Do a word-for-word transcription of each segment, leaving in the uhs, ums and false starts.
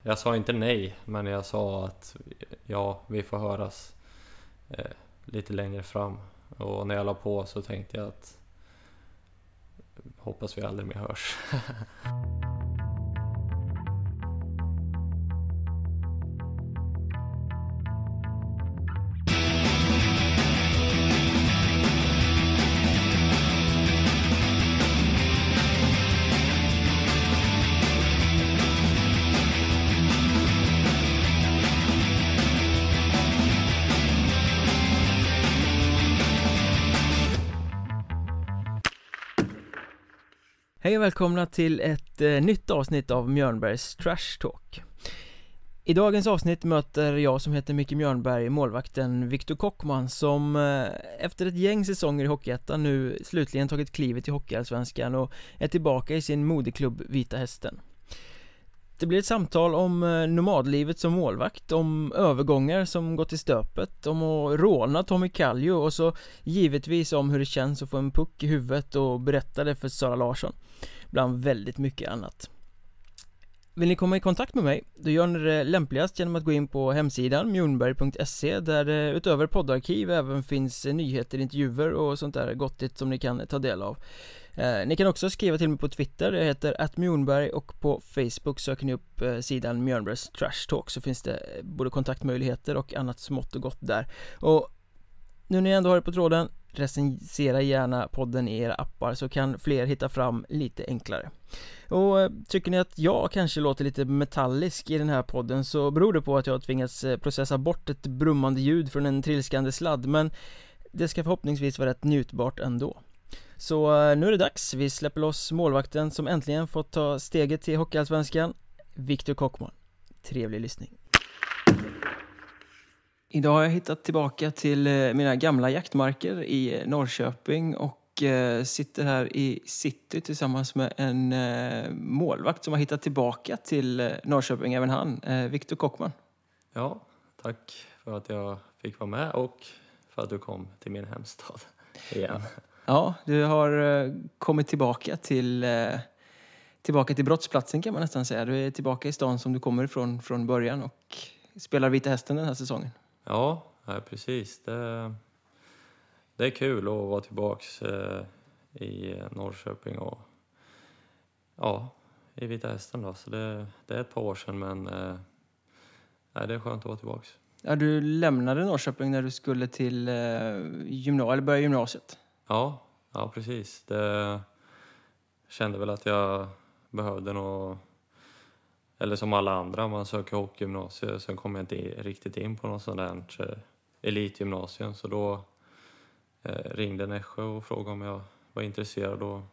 Jag sa inte nej, men jag sa att ja, vi får höras eh, lite längre fram. Och när jag la på så tänkte jag att hoppas vi aldrig mer hörs. Hej och välkomna till ett eh, nytt avsnitt av Mjörnbergs Trash Talk. I dagens avsnitt möter jag, som heter Micke Mjörnberg, målvakten Viktor Kockman, som eh, efter ett gäng säsonger i Hockeyettan nu slutligen tagit klivet i Hockeyallsvenskan och är tillbaka i sin moderklubb Vita Hästen. Det blir ett samtal om eh, nomadlivet som målvakt, om övergångar som gått i stöpet, om att råna Tommy Kallio och så givetvis om hur det känns att få en puck i huvudet och berätta det för Sara Larsson, bland väldigt mycket annat. Vill ni komma i kontakt med mig, då gör ni det lämpligast genom att gå in på hemsidan mjornberg punkt se, där det utöver poddarkiv även finns nyheter, intervjuer och sånt där gottigt som ni kan ta del av. Eh, ni kan också skriva till mig på Twitter, det heter at mjornberg, och på Facebook söker ni upp eh, sidan Mjörnbergs Trash Talk, så finns det både kontaktmöjligheter och annat smått och gott där. Och nu när jag ändå har det på tråden, recensera gärna podden i era appar så kan fler hitta fram lite enklare. Och eh, tycker ni att jag kanske låter lite metallisk i den här podden, så beror det på att jag har tvingats eh, processa bort ett brummande ljud från en trilskande sladd, men det ska förhoppningsvis vara rätt njutbart ändå. Så uh, nu är det dags, vi släpper loss målvakten som äntligen fått ta steget till Hockeyallsvenskan, Viktor Kockman. Trevlig lyssning. Idag har jag hittat tillbaka till uh, mina gamla jaktmarker i uh, Norrköping och uh, sitter här i city tillsammans med en uh, målvakt som har hittat tillbaka till uh, Norrköping, även han, uh, Viktor Kockman. Ja, tack för att jag fick vara med och för att du kom till min hemstad igen. Ja, du har uh, kommit tillbaka till uh, tillbaka till brottsplatsen, kan man nästan säga. Du är tillbaka i stan som du kommer ifrån från början och spelar Vita Hästen den här säsongen. Ja, ja precis. Det, det är kul att vara tillbaka uh, i Norrköping och ja, i Vita Hästen då. Så det, det är ett par år sedan, men uh, nej, det är skönt att vara tillbaka. Ja, du lämnade Norrköping när du skulle till uh, gymna- eller börja gymnasiet. Ja, ja precis. Det kände väl att jag behövde något, eller som alla andra, man söker hockeygymnasiet, sen kom jag inte riktigt in på något sånt där eh, elitgymnasium, så då eh, ringde Nässjö och frågade om jag var intresserad, och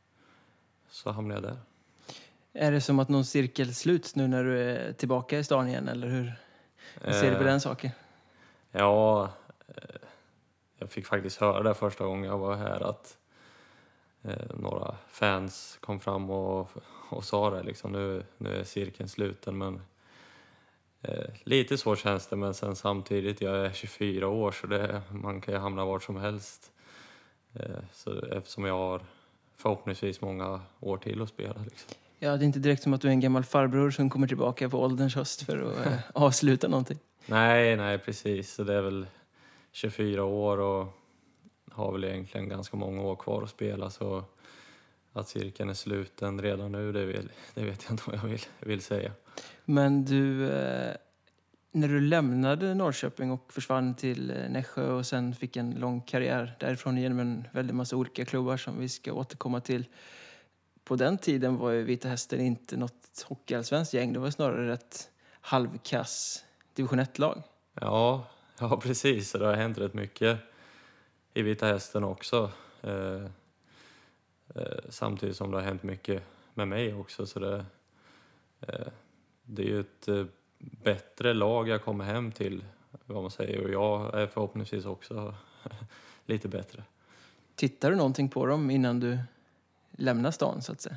så hamnade jag där. Är det som att någon cirkel sluts nu när du är tillbaka i stan igen, eller hur, hur ser du på den saken? Ja, eh, jag fick faktiskt höra det första gången jag var här, att eh, några fans kom fram och, och sa det liksom, nu, nu är cirkeln sluten, men eh, lite så känns det, men sen samtidigt, jag är tjugofyra år, så det, man kan ju hamna vart som helst, eh, så eftersom jag har förhoppningsvis många år till att spela liksom. Ja, det är inte direkt som att du är en gammal farbror som kommer tillbaka på ålderns höst för att eh, avsluta någonting. Nej, nej precis, så det är väl tjugofyra år och har väl egentligen ganska många år kvar att spela, så att cirkeln är sluten redan nu, det, vill, det vet jag inte om jag vill, vill säga. Men du, eh, när du lämnade Norrköping och försvann till eh, Nässjö och sen fick en lång karriär därifrån genom en väldigt massa olika klubbar som vi ska återkomma till. På den tiden var ju Vita Hästen inte något hockeyallsvenskt gäng, det var snarare ett halvkass division ett-lag. Ja, ja, precis. Det har hänt rätt mycket i Vita Hästen också. Eh, eh, samtidigt som det har hänt mycket med mig också. Så det, eh, det är ju ett eh, bättre lag jag kommer hem till, vad man säger. Och jag är förhoppningsvis också lite bättre. Tittar du någonting på dem innan du lämnar stan, så att säga?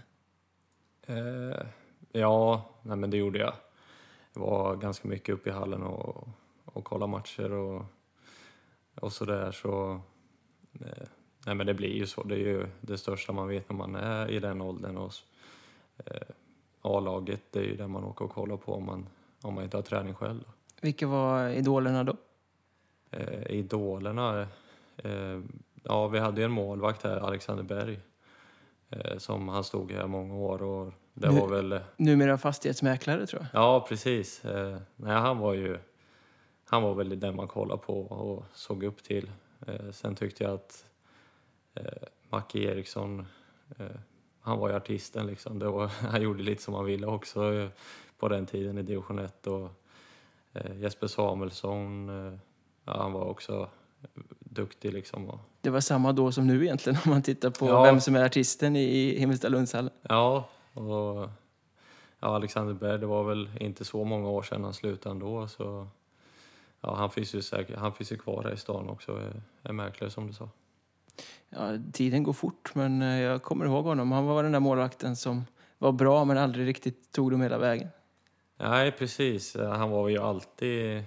Eh, ja, nej, men det gjorde jag. Jag var ganska mycket uppe i hallen och, och kolla matcher och, och sådär. Så, eh, nej, men det blir ju så. Det är ju det största man vet när man är i den åldern. Och, eh, A-laget, det är ju det man åker och kollar på om man, om man inte har träning själv. Vilka var idolerna då? Eh, idolerna, eh, ja vi hade ju en målvakt här, Alexander Berg, eh, som han stod här många år och det Nu- var väl... Numera fastighetsmäklare tror jag. Ja, precis. Eh, nej, han var ju han var väl den man kollade på och såg upp till. Eh, sen tyckte jag att eh, Macke Eriksson, eh, han var ju artisten liksom. Det var, han gjorde lite som han ville också eh, på den tiden i division ett. Och eh, Jesper Samuelsson, eh, ja, han var också duktig liksom. Och, Det var samma då som nu egentligen om man tittar på Ja. vem som är artisten i Himmelstalundshallen. ja, och ja, Alexander Berg, det var väl inte så många år sedan han slutade ändå. Så ja, han finns ju säkert, han finns ju kvar här i stan också, är, är mäklare som du sa. Ja, tiden går fort, men eh, jag kommer ihåg honom. Han var den där målvakten som var bra men aldrig riktigt tog dem hela vägen. Nej, precis. Han var ju alltid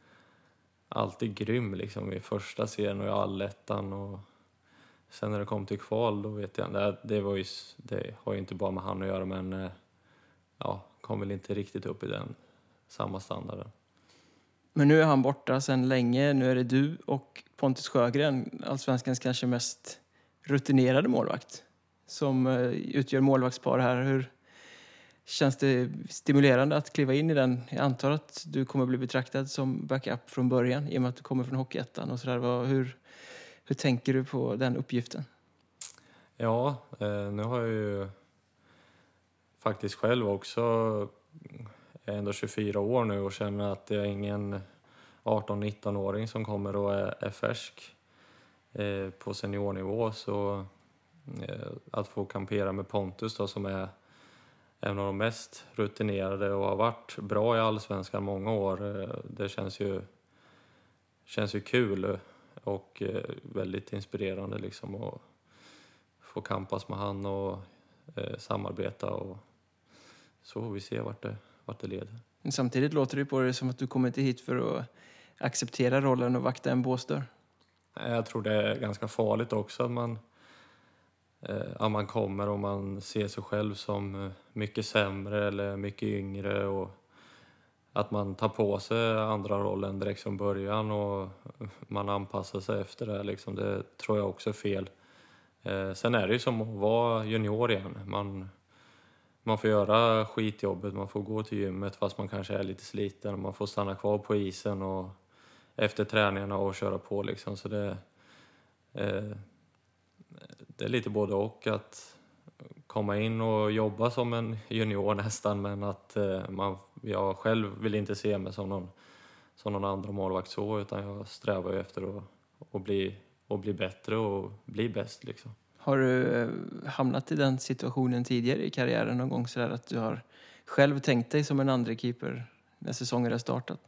alltid grym liksom i första serien och i allettan, och sen när det kom till kval då vet jag det, det var ju det har ju inte bara med han att göra, men eh, ja, kom väl inte riktigt upp i den samma standarden. Men nu är han borta sedan länge. Nu är det du och Pontus Sjögren, allsvenskans kanske mest rutinerade målvakt, som eh, utgör målvaktspar här. Hur känns det stimulerande att kliva in i den? Jag antar att du kommer bli betraktad som backup från början i och med att du kommer från Hockeyettan och sådär. Vad- Hur, hur tänker du på den uppgiften? Ja, eh, nu har jag ju faktiskt själv också, jag är ändå tjugofyra år nu och känner att jag är ingen arton-nitton-åring som kommer och är, är färsk eh, på seniornivå. Så eh, att få kampera med Pontus då, som är en av de mest rutinerade och har varit bra i allsvenskan många år, eh, det känns ju, känns ju kul och eh, väldigt inspirerande liksom att få kampas med han och eh, samarbeta, och så får vi se vart det, vart det leder. Men samtidigt låter det på det som att du kommer inte hit för att acceptera rollen och vakta en båsdörr. Jag tror det är ganska farligt också att man, eh, att man kommer och man ser sig själv som eh, mycket sämre eller mycket yngre, och att man tar på sig andra rollen direkt från början och man anpassar sig efter det. Liksom. Det tror jag också är fel. Eh, sen är det ju som att vara junior igen. Man, man får göra skitjobbet, man får gå till gymmet fast man kanske är lite sliten, och man får stanna kvar på isen och efter träningarna och köra på liksom. Så det, eh, det är lite både och, att komma in och jobba som en junior nästan, men att eh, man, jag själv vill inte se mig som någon, som någon andra målvakt så, utan jag strävar ju efter att, att, bli, att bli bättre och bli bäst liksom. Har du eh, hamnat i den situationen tidigare i karriären någon gång, så där att du har själv tänkt dig som en andra keeper när säsongen har startat?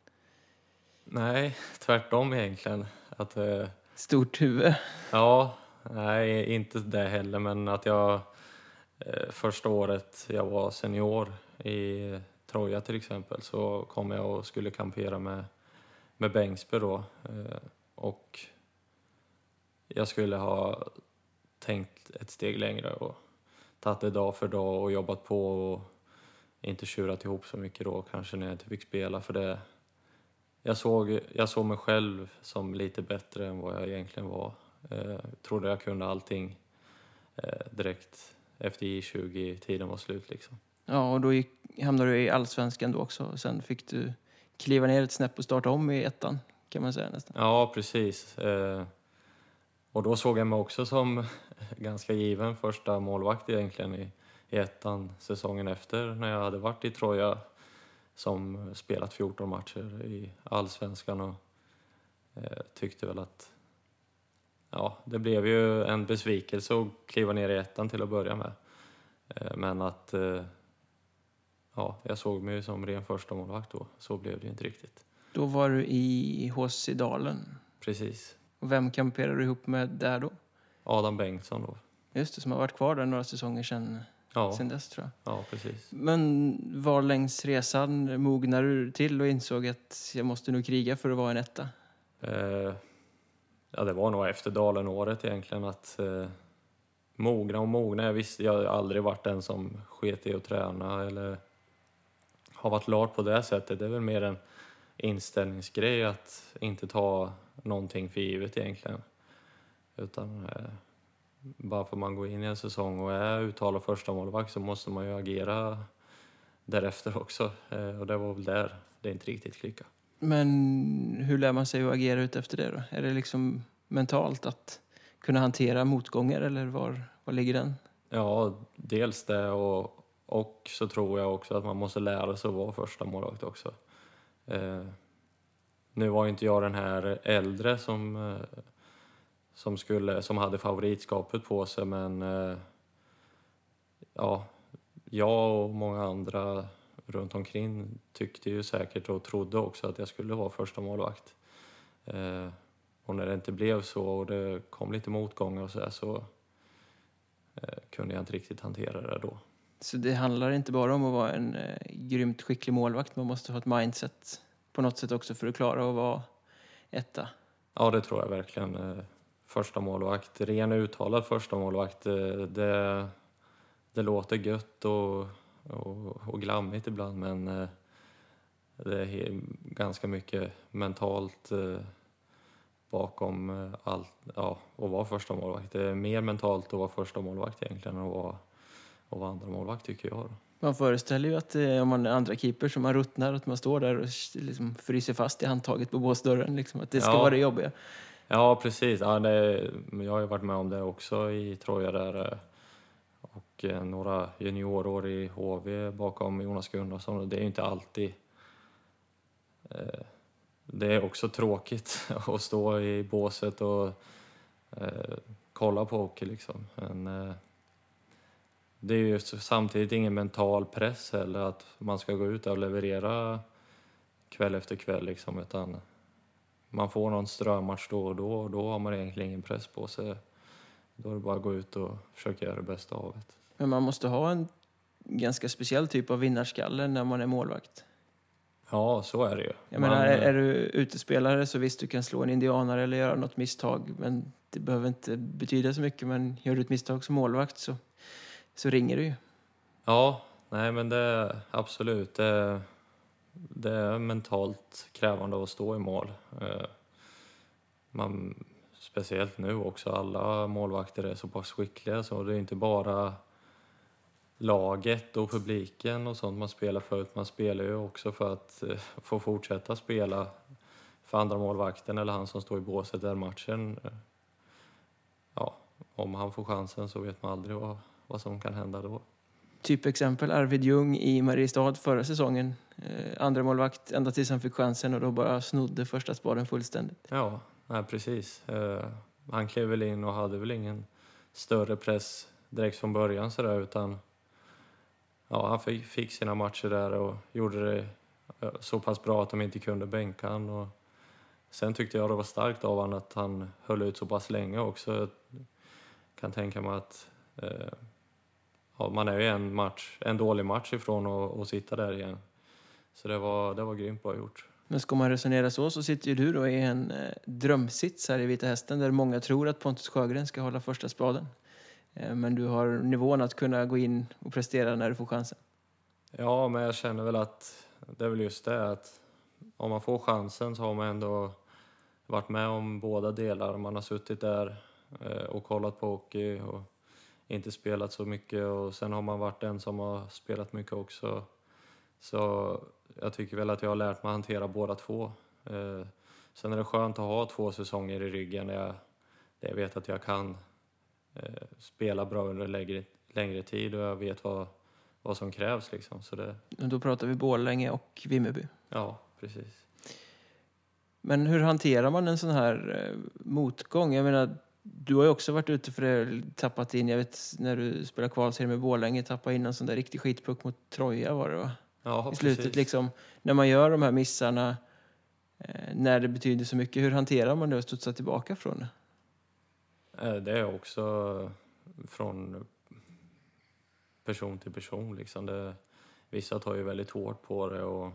Nej, tvärtom egentligen. Att, eh, Stort huvud. ja, nej, inte det heller, men att jag eh, första året jag var senior i Troja till exempel, så kom jag och skulle kampera med, med Bengtsberg då, eh, och jag skulle ha tänkt ett steg längre och tagit det dag för dag och jobbat på och inte tjurat ihop så mycket då kanske när jag inte fick spela, för det jag såg, jag såg mig själv som lite bättre än vad jag egentligen var. Eh, trodde jag kunde allting eh, direkt efter J tjugo-tiden var slut liksom. Ja, och då gick, hamnade du i allsvenskan då också. Och sen fick du kliva ner ett snäpp och starta om i ettan, kan man säga nästan. Ja, precis. Eh, och då såg jag mig också som ganska given första målvakt egentligen i, i ettan säsongen efter, när jag hade varit i Troja som spelat fjorton matcher i allsvenskan, och eh, tyckte väl att ja, det blev ju en besvikelse att kliva ner i ettan till att börja med. Eh, men att eh, ja, jag såg mig som ren första målvakt då. Så blev det inte riktigt. Då var du i H C Dalen. Precis. Och vem kamperade du ihop med där då? Adam Bengtsson då. Just det, som har varit kvar där några säsonger sedan, Ja, sedan dess tror jag. ja precis. Men var längs resan mognade du till och insåg att jag måste nog kriga för att vara en etta? Eh, ja, det var nog efter Dalen-året egentligen att eh, mogna och mogna. Jag visste, jag har aldrig varit den som sket i att träna eller har varit klart på det sättet. Det är väl mer en inställningsgrej att inte ta någonting för givet egentligen. Utan eh, bara för man går in i en säsong och är uttalad första målvakt så måste man ju agera därefter också. Eh, och det var väl där det inte riktigt klickade. Men hur lär man sig att agera ut efter det då? Är det liksom mentalt att kunna hantera motgångar eller var, var ligger den? Ja, dels det och, och så tror jag också att man måste lära sig att vara första målvakt också. Eh, nu var inte jag den här äldre som, eh, som, skulle, som hade favoritskapet på sig, men eh, ja, jag och många andra runt omkring tyckte ju säkert och trodde också att jag skulle vara första målvakt. Eh, och när det inte blev så och det kom lite motgångar och så där, så eh, kunde jag inte riktigt hantera det då. Så det handlar inte bara om att vara en eh, grymt skicklig målvakt. Man måste ha ett mindset på något sätt också för att klara att vara etta. Ja, det tror jag verkligen. Eh, första målvakt, ren uttalad första målvakt, eh, det, det låter gött och, och, och glammigt ibland, men eh, det är ganska mycket mentalt eh, bakom eh, allt, ja, att vara första målvakt. Det är mer mentalt att vara första målvakt egentligen än att vara, att vara andra målvakt, tycker jag då. Man föreställer ju att eh, om man är andra keeper som man ruttnar, att man står där och liksom fryser fast i handtaget på båsdörren. Liksom, att det ska Ja. vara det jobbiga. Ja, precis. Ja, det, jag har ju varit med om det också i Troja där. Och eh, några juniorår i H V bakom Jonas Gunnarsson. Och det är ju inte alltid... Eh, det är också tråkigt att stå i båset och eh, kolla på hockey liksom. Men eh, det är ju samtidigt ingen mental press heller att man ska gå ut och leverera kväll efter kväll liksom, utan man får någon strömmatch då och då och då har man egentligen ingen press på sig. Då är det bara att gå ut och försöka göra det bästa av det. Men man måste ha en ganska speciell typ av vinnarskalle när man är målvakt. Ja, så är det ju. Jag man, menar, är, är du utespelare så visst du kan slå en indianare eller göra något misstag, men det behöver inte betyda så mycket. Men gör du ett misstag som målvakt så, så ringer det ju. Ja, nej men det är absolut. Det, det är mentalt krävande att stå i mål. Man, speciellt nu också, alla målvakter är så pass skickliga så det är inte bara laget och publiken och sånt man spelar för, man spelar ju också för att eh, få fortsätta spela för andra målvakten eller han som står i båset där matchen. Ja, om han får chansen så vet man aldrig vad, vad som kan hända då. Typ exempel Arvid Ljung i Mariestad förra säsongen. Eh, andra målvakt ända tills han fick chansen och då bara snodde första spaden fullständigt. Ja, nej, precis. Eh, han klev väl in och hade väl ingen större press direkt från början så där, utan ja, han fick, fick sina matcher där och gjorde det så pass bra att de inte kunde bänka han. Och sen tyckte jag det var starkt av han att han höll ut så pass länge också. Jag kan tänka mig att eh, ja, man är ju en, match, en dålig match ifrån och, och sitta där igen. Så det var, det var grymt bra gjort. Men ska man resonera så så sitter ju du då i en eh, drömsits här i Vita Hästen där många tror att Pontus Sjögren ska hålla första spaden. Eh, men du har nivån att kunna gå in och prestera när du får chansen. Ja, men jag känner väl att det är väl just det att om man får chansen så har man ändå varit med om båda delar. Man har suttit där eh, och kollat på hockey och inte spelat så mycket och sen har man varit den som har spelat mycket också. Så jag tycker väl att jag har lärt mig att hantera båda två. Eh, sen är det skönt att ha två säsonger i ryggen där jag, där jag vet att jag kan eh, spela bra under längre, längre tid och jag vet vad, vad som krävs. Liksom. Så det... Och då pratar vi Borlänge och Vimmerby. Ja, precis. Men hur hanterar man en sån här eh, motgång? Jag menar, du har ju också varit ute för det, tappat in, jag vet när du spelar kvalserie med Borlänge, tappat in en sån där riktig skitpuck mot Troja var det va? Ja, I slutet precis. liksom, när man gör de här missarna, eh, när det betyder så mycket, hur hanterar man det och studsar tillbaka från det? Det är också från person till person. Liksom. Det, vissa tar ju väldigt hårt på det och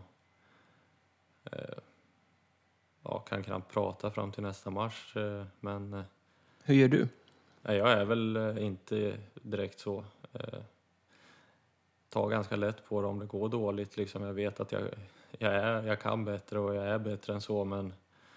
eh, ja, kan knappt prata fram till nästa match. Eh, men eh, Hur gör du? jag är väl inte direkt så. Eh, tar ganska lätt på det om det går dåligt. Liksom jag vet att jag, jag, är, jag kan bättre och jag är bättre än så, men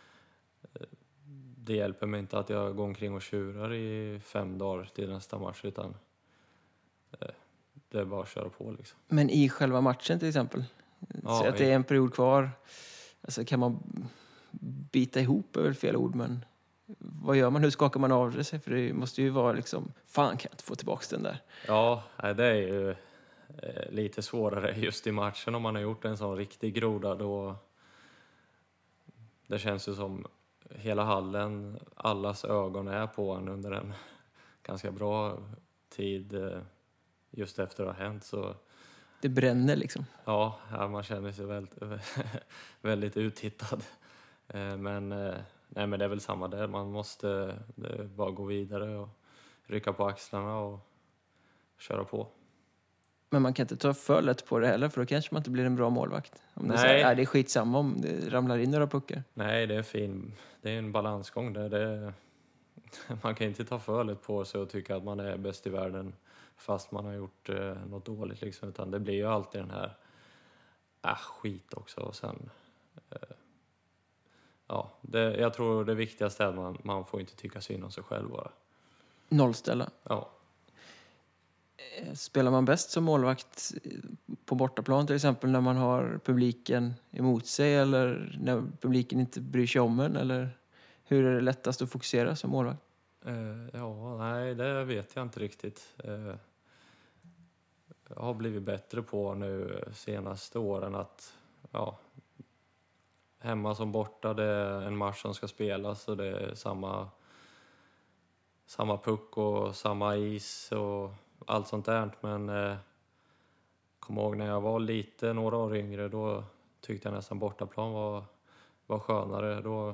det hjälper mig inte att jag går omkring och tjurar i fem dagar till nästa match, utan det är bara att köra på liksom. Men i själva matchen till exempel, Ja, så att det är en period kvar, alltså kan man bita ihop är väl fel ord, men vad gör man? Hur skakar man av det sig? För det måste ju vara liksom, fan kan jag inte få tillbaka den där. Ja, det är ju lite svårare just i matchen om man har gjort en sån riktig groda. Då det känns ju som hela hallen, allas ögon är på en under en ganska bra tid just efter att det har hänt. Så det bränner liksom. Ja, man känner sig väldigt, väldigt uttittad. Men, nej, men det är väl samma där. Man måste bara gå vidare och rycka på axlarna och köra på. Men man kan inte ta för lätt på det heller, för då kanske man inte blir en bra målvakt. Om nej. Det, är så här, det är skitsamma om det ramlar in några puckar. Nej, det är fin. Det är en balansgång där. Det, man kan inte ta för lätt på sig och tycka att man är bäst i världen fast man har gjort eh, något dåligt liksom, utan det blir ju alltid den här äh, skit också, och sen eh, ja, det, jag tror det viktigaste är att man, man får inte tycka synd om sig själv bara. Nollställa. Ja. Spelar man bäst som målvakt på bortaplan till exempel, när man har publiken emot sig eller när publiken inte bryr sig om en, eller hur är det lättast att fokusera som målvakt? Eh, ja, nej, det vet jag inte riktigt. Eh, jag har blivit bättre på nu senaste åren att ja, hemma som borta, det är en match som ska spelas och det är samma, samma puck och samma is och allt sånt där. Men eh, kom ihåg när jag var lite, några år yngre, då tyckte jag nästan bortaplan var, var skönare. Då,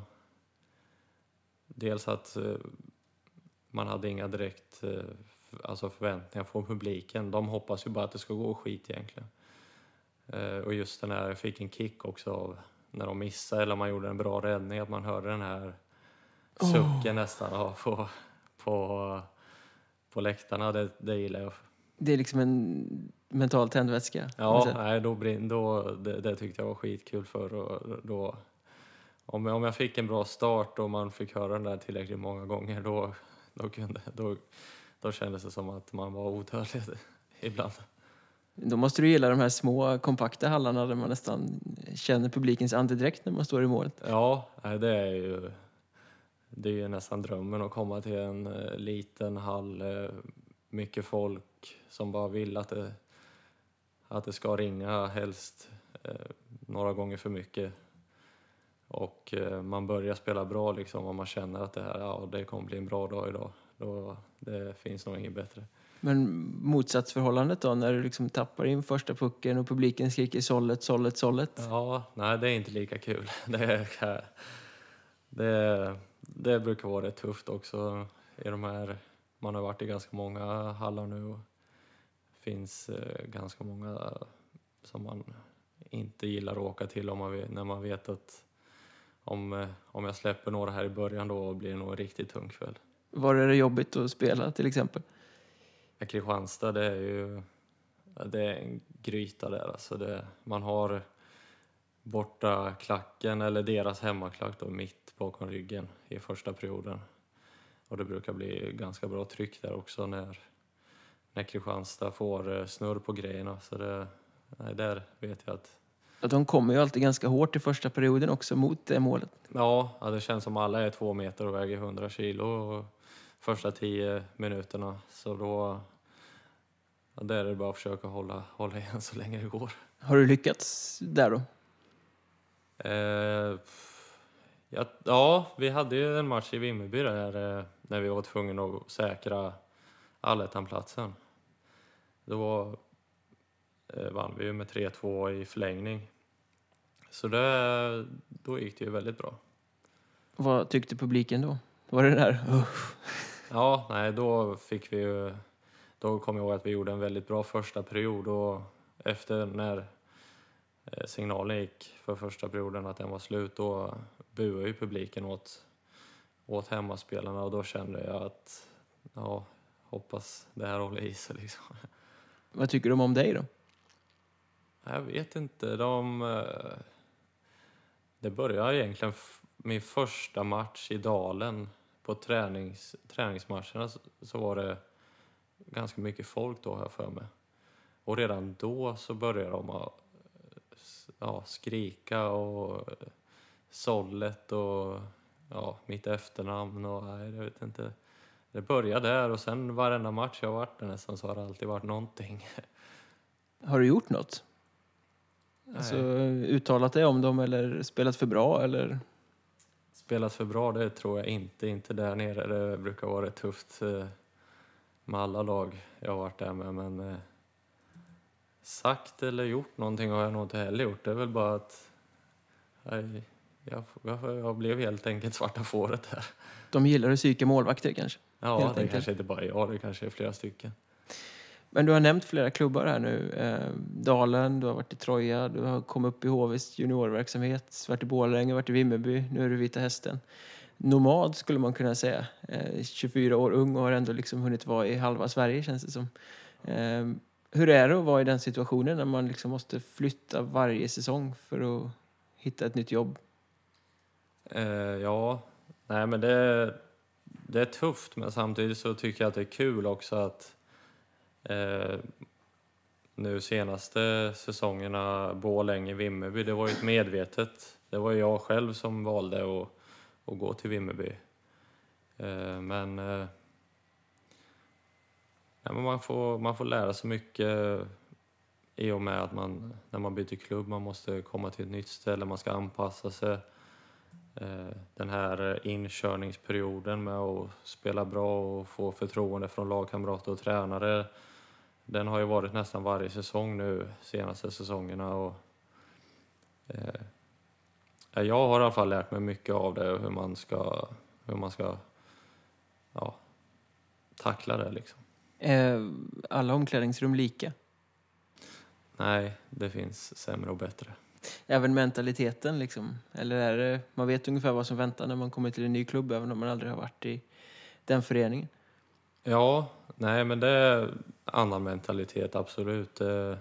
dels att eh, man hade inga direkt eh, alltså förväntningar från publiken. De hoppas ju bara att det ska gå skit egentligen. Eh, och just den här, jag fick en kick också av när de missade eller man gjorde en bra räddning, att man hörde den här sucken oh. nästan ja, på, på, på läktarna. Det, det gillar jag. Det är liksom en mental tändvätska. Ja, nej, då, då, det, det tyckte jag var skitkul för. Och då, om, jag, om jag fick en bra start och man fick höra den där tillräckligt många gånger, då, då, kunde, då, då kändes det som att man var odödlig ibland. Då måste du gilla de här små kompakta hallarna där man nästan känner publikens andedräkt när man står i målet. Ja, det är ju, det är ju nästan drömmen att komma till en liten hall, mycket folk som bara vill att det, att det ska ringa, helst några gånger för mycket. Och man börjar spela bra liksom, och man känner att det här, ja, det kommer bli en bra dag idag. Då, det finns nog inget bättre. Men motsatsförhållandet då, när du liksom tappar in första pucken och publiken skriker sållet, sållet, sållet? Ja, nej, det är inte lika kul. Det, det, det brukar vara rätt tufft också. I de här, man har varit i ganska många hallar nu och det finns eh, ganska många som man inte gillar att åka till om man vet, när man vet att om, om jag släpper några här i början då blir det nog en riktigt tung kväll. Var är det jobbigt att spela till exempel? Kristianstad, det är ju det är en gryta där. Alltså det, man har borta klacken eller deras hemmaklack då, mitt bakom ryggen i första perioden. Och det brukar bli ganska bra tryck där också när, när Kristianstad får snurr på grejerna. Så det, nej, där vet jag att... att de kommer ju alltid ganska hårt i första perioden också mot det målet. Ja, ja, det känns som alla är två meter och väger hundra kilo och första tio minuterna. Så då... Ja, där är det bara att försöka hålla, hålla igen så länge det går. Har du lyckats där då? Eh, ja, ja, vi hade ju en match i Vimmerby där eh, när vi var tvungna att säkra allettanplatsen. Då eh, vann vi ju med tre två i förlängning. Så det, då gick det ju väldigt bra. Vad tyckte publiken då? Var det där? Uh. Ja, nej, då fick vi ju... Då kom jag ihåg att vi gjorde en väldigt bra första period och efter när signalen gick för första perioden att den var slut, då buade ju publiken åt, åt hemmaspelarna och då kände jag att ja, hoppas det här håller i sig liksom. Vad tycker de om dig då? Jag vet inte. De, eh, det började egentligen f- min första match i Dalen. På tränings, träningsmatcherna så, så var det ganska mycket folk då, här för mig. Och redan då så började de att ja, skrika och sållet och ja, mitt efternamn och nej, jag vet inte. Det började där och sen varenda match jag har varit där nästan så har det alltid varit någonting. Har du gjort något? Alltså uttalat dig om dem eller spelat för bra eller? Spelat för bra, det tror jag inte. Inte där nere. Det brukar vara rätt tufft eh, med alla lag jag har varit där med. Men eh, sagt eller gjort någonting har jag nog inte heller gjort. Det är väl bara att nej, jag, jag, jag blev helt enkelt svarta fåret här. De gillar att psyka målvakter kanske? Ja, Helt det enkelt. kanske inte bara jag, det kanske är flera stycken. Men du har nämnt flera klubbar här nu. Eh, Dalen, du har varit i Troja, du har kommit upp i H V:s juniorverksamhet, varit i Borlänge, varit i Vimmerby, nu är du Vita Hästen. Nomad skulle man kunna säga. Eh, tjugofyra år ung och har ändå liksom hunnit vara i halva Sverige känns det som. Eh, hur är det att vara i den situationen när man liksom måste flytta varje säsong för att hitta ett nytt jobb? Eh, ja, nej men det, det är tufft, men samtidigt så tycker jag att det är kul också att eh, nu senaste säsongerna Borlänge, Vimmerby, det var ju ett medvetet. Det var ju jag själv som valde att, att gå till Vimmerby. Eh, men, eh, nej, men man, får, man får lära sig mycket i och med att man, när man byter klubb, man måste komma till ett nytt ställe, man ska anpassa sig. Den här inkörningsperioden med att spela bra och få förtroende från lagkamrater och tränare, den har ju varit nästan varje säsong nu senaste säsongerna. Och, eh, jag har i alla fall lärt mig mycket av det, hur man ska, hur man ska ja, tackla det liksom. Är alla omklädningsrum lika? Nej, det finns sämre och bättre. Även mentaliteten liksom? Eller är det, man vet ungefär vad som väntar när man kommer till en ny klubb även om man aldrig har varit i den föreningen? Ja, nej men det är annan mentalitet, absolut. Eh,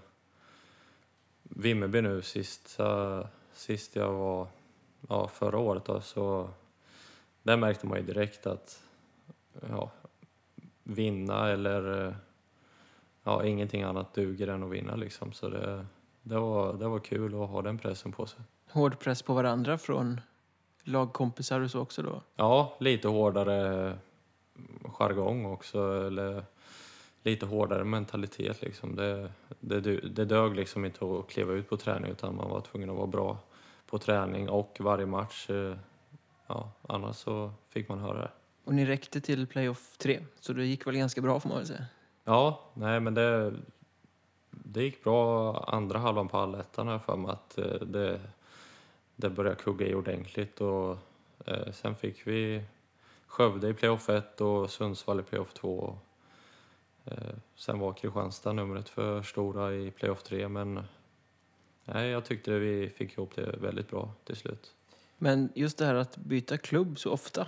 Vimmerby nu sist, uh, sist jag var ja, förra året då, så där märkte man ju direkt att ja, vinna eller uh, ja, ingenting annat duger än att vinna liksom. Så det, det, var, det var kul att ha den pressen på sig. Hård press på varandra från lagkompisar och så också då? Ja, lite hårdare jargong också, eller lite hårdare mentalitet liksom. Det, det, det dög liksom inte att kliva ut på träning, utan man var tvungen att vara bra på träning och varje match. Ja, annars så fick man höra det. Och ni räckte till playoff tre, så det gick väl ganska bra får man väl säga? Ja, nej men det, det gick bra andra halvan på allettan här för mig, att det, det började kugga i ordentligt. Och eh, sen fick vi Skövde i playoff ett och Sundsvall i playoff två. Eh, sen var Kristianstad numret för stora i playoff tre, men nej, jag tyckte vi fick ihop det väldigt bra till slut. Men just det här att byta klubb så ofta,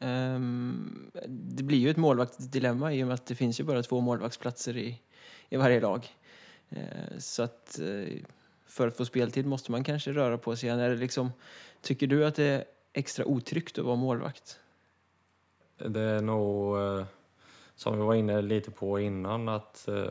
um, det blir ju ett målvaktsdilemma i och med att det finns ju bara två målvaktsplatser i, i varje lag. Uh, så att uh, för att få speltid måste man kanske röra på sig. Är det liksom, tycker du att det är extra otryggt att vara målvakt? Det är nog, eh, som vi var inne lite på innan, att eh,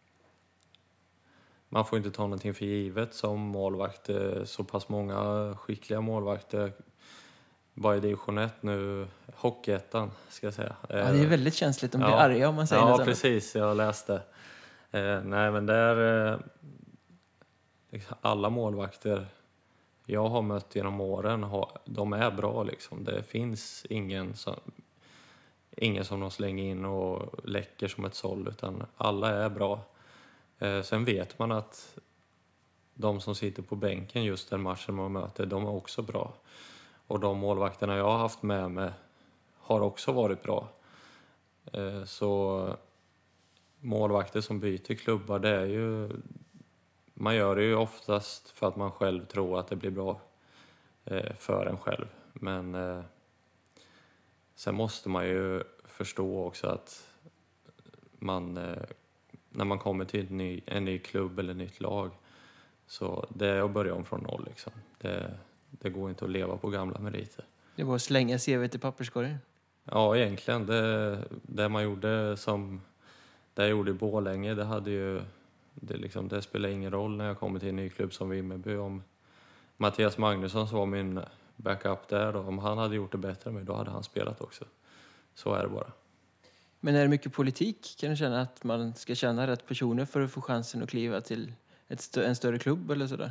man får inte ta någonting för givet som målvakt. Så pass många skickliga målvakter. Bara i division ett nu, Hockeyettan ska jag säga. Ja, det är väldigt känsligt, de blir ja, arga om man säger ja, något Ja, precis, jag läste. Eh, nej, men där eh, alla målvakter jag har mött genom åren, har, de är bra liksom. Det finns ingen som, ingen som de slänger in och läcker som ett såll, utan alla är bra. Eh, sen vet man att de som sitter på bänken just den matchen man möter, de är också bra. Och de målvakterna jag har haft med mig har också varit bra. Eh, så målvakter som byter klubbar, det är ju, man gör det ju oftast för att man själv tror att det blir bra eh, för en själv. Men eh, sen måste man ju förstå också att man, eh, när man kommer till en ny, en ny klubb eller ett nytt lag, Så det är att börja om från noll liksom. Det, det går inte att leva på gamla meriter. Det var att slänga C V:t i papperskorgen. Ja, egentligen. Det, det man gjorde som... Det jag gjorde i Borlänge, det hade ju... Det, liksom, det spelar ingen roll när jag kommer till en ny klubb som Vimmerby. Om Mattias Magnusson som var min backup där, och om han hade gjort det bättre än mig, då hade han spelat också. Så är det bara. Men är det mycket politik? Kan du känna att man ska känna rätt personer för att få chansen att kliva till ett stö- en större klubb eller sådär?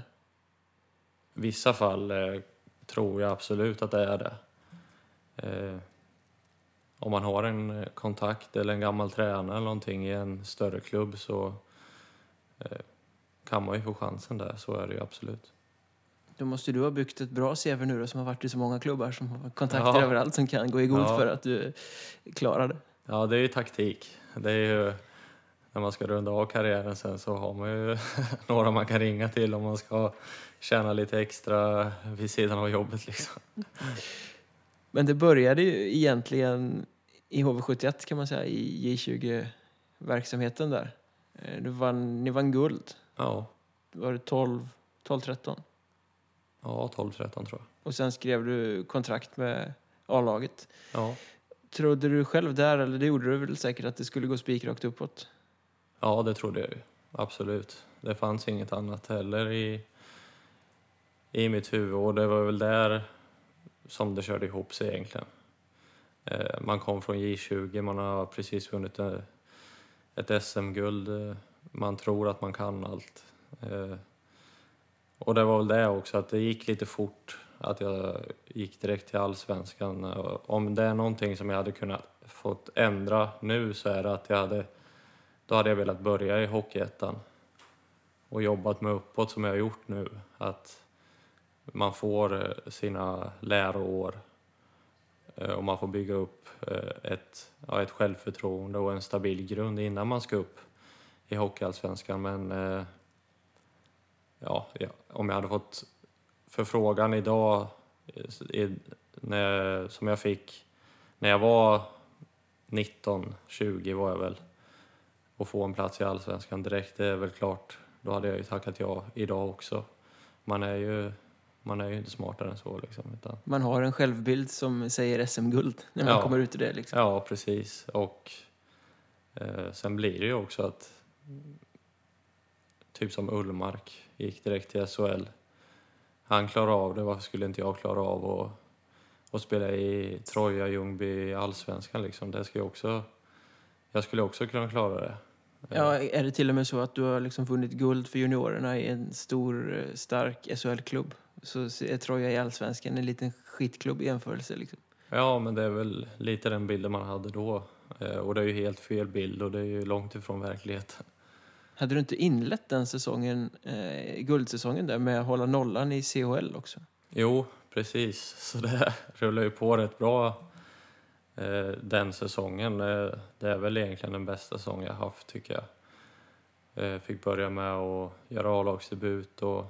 I vissa fall eh, tror jag absolut att det är det. Eh, om man har en kontakt eller en gammal tränare eller någonting i en större klubb, så eh, kan man ju få chansen där. Så är det ju absolut. Då måste du ha byggt ett bra C V nu då, som har varit i så många klubbar, som har kontakter Ja. överallt, som kan gå i god Ja. för att du klarar det. Ja, det är ju taktik. Det är ju, när man ska runda av karriären sen, så har man ju några man kan ringa till om man ska tjäna lite extra vid sidan av jobbet liksom. Men det började ju egentligen i H V sjuttioett, kan man säga, i J tjugo-verksamheten där. Eh, Du vann, ni vann guld. Ja, Var det tolv, tolv tretton? ja tolv tretton tror jag. Och sen skrev du kontrakt med A-laget. Ja. Trodde du själv där, eller det gjorde du väl säkert, att det skulle gå spikrakt uppåt? Ja, det trodde jag ju. Absolut. Det fanns inget annat heller i, i mitt huvud, och det var väl där som det körde ihop sig egentligen. Eh, man kom från J tjugo, man har precis vunnit eh, ett S M-guld. Eh, man tror att man kan allt. Eh, och det var väl det också, att det gick lite fort att jag gick direkt till Allsvenskan. Eh, om det är någonting som jag hade kunnat fått ändra nu, så är det att jag hade Då hade jag velat börja i Hockeyettan och jobbat mig uppåt som jag har gjort nu. Att man får sina läroår och man får bygga upp ett, ja, ett självförtroende och en stabil grund innan man ska upp i Hockeyallsvenskan. Men ja, om jag hade fått förfrågan idag när, som jag fick när jag var nitton tjugo var jag väl, och få en plats i Allsvenskan direkt, det är väl klart, då hade jag ju tackat ja idag också. Man är ju, man är ju inte smartare än så liksom. Utan... Man har en självbild som säger S M-guld när man ja. kommer ut ur det liksom. Ja, precis. Och eh, sen blir det ju också att typ som Ullmark gick direkt till S H L. Han klarar av det, varför skulle inte jag klara av att och spela i Troja, Ljungby, Allsvenskan liksom? Det ska jag också... Jag skulle också kunna klara det. Ja, är det till och med så att du har liksom vunnit guld för juniorerna i en stor, stark S H L-klubb, så är Troja i Allsvenskan en liten skitklubb i jämförelse liksom? Ja, men det är väl lite den bilden man hade då. Och det är ju helt fel bild, och det är ju långt ifrån verkligheten. Hade du inte inlett den säsongen, eh, guldsäsongen där, med att hålla nollan i C H L också? Jo, precis. Så det rullar ju på rätt bra eh, den säsongen. Eh, det är väl egentligen den bästa säsong jag haft, tycker jag. Eh, fick börja med att göra A-lagsdebut och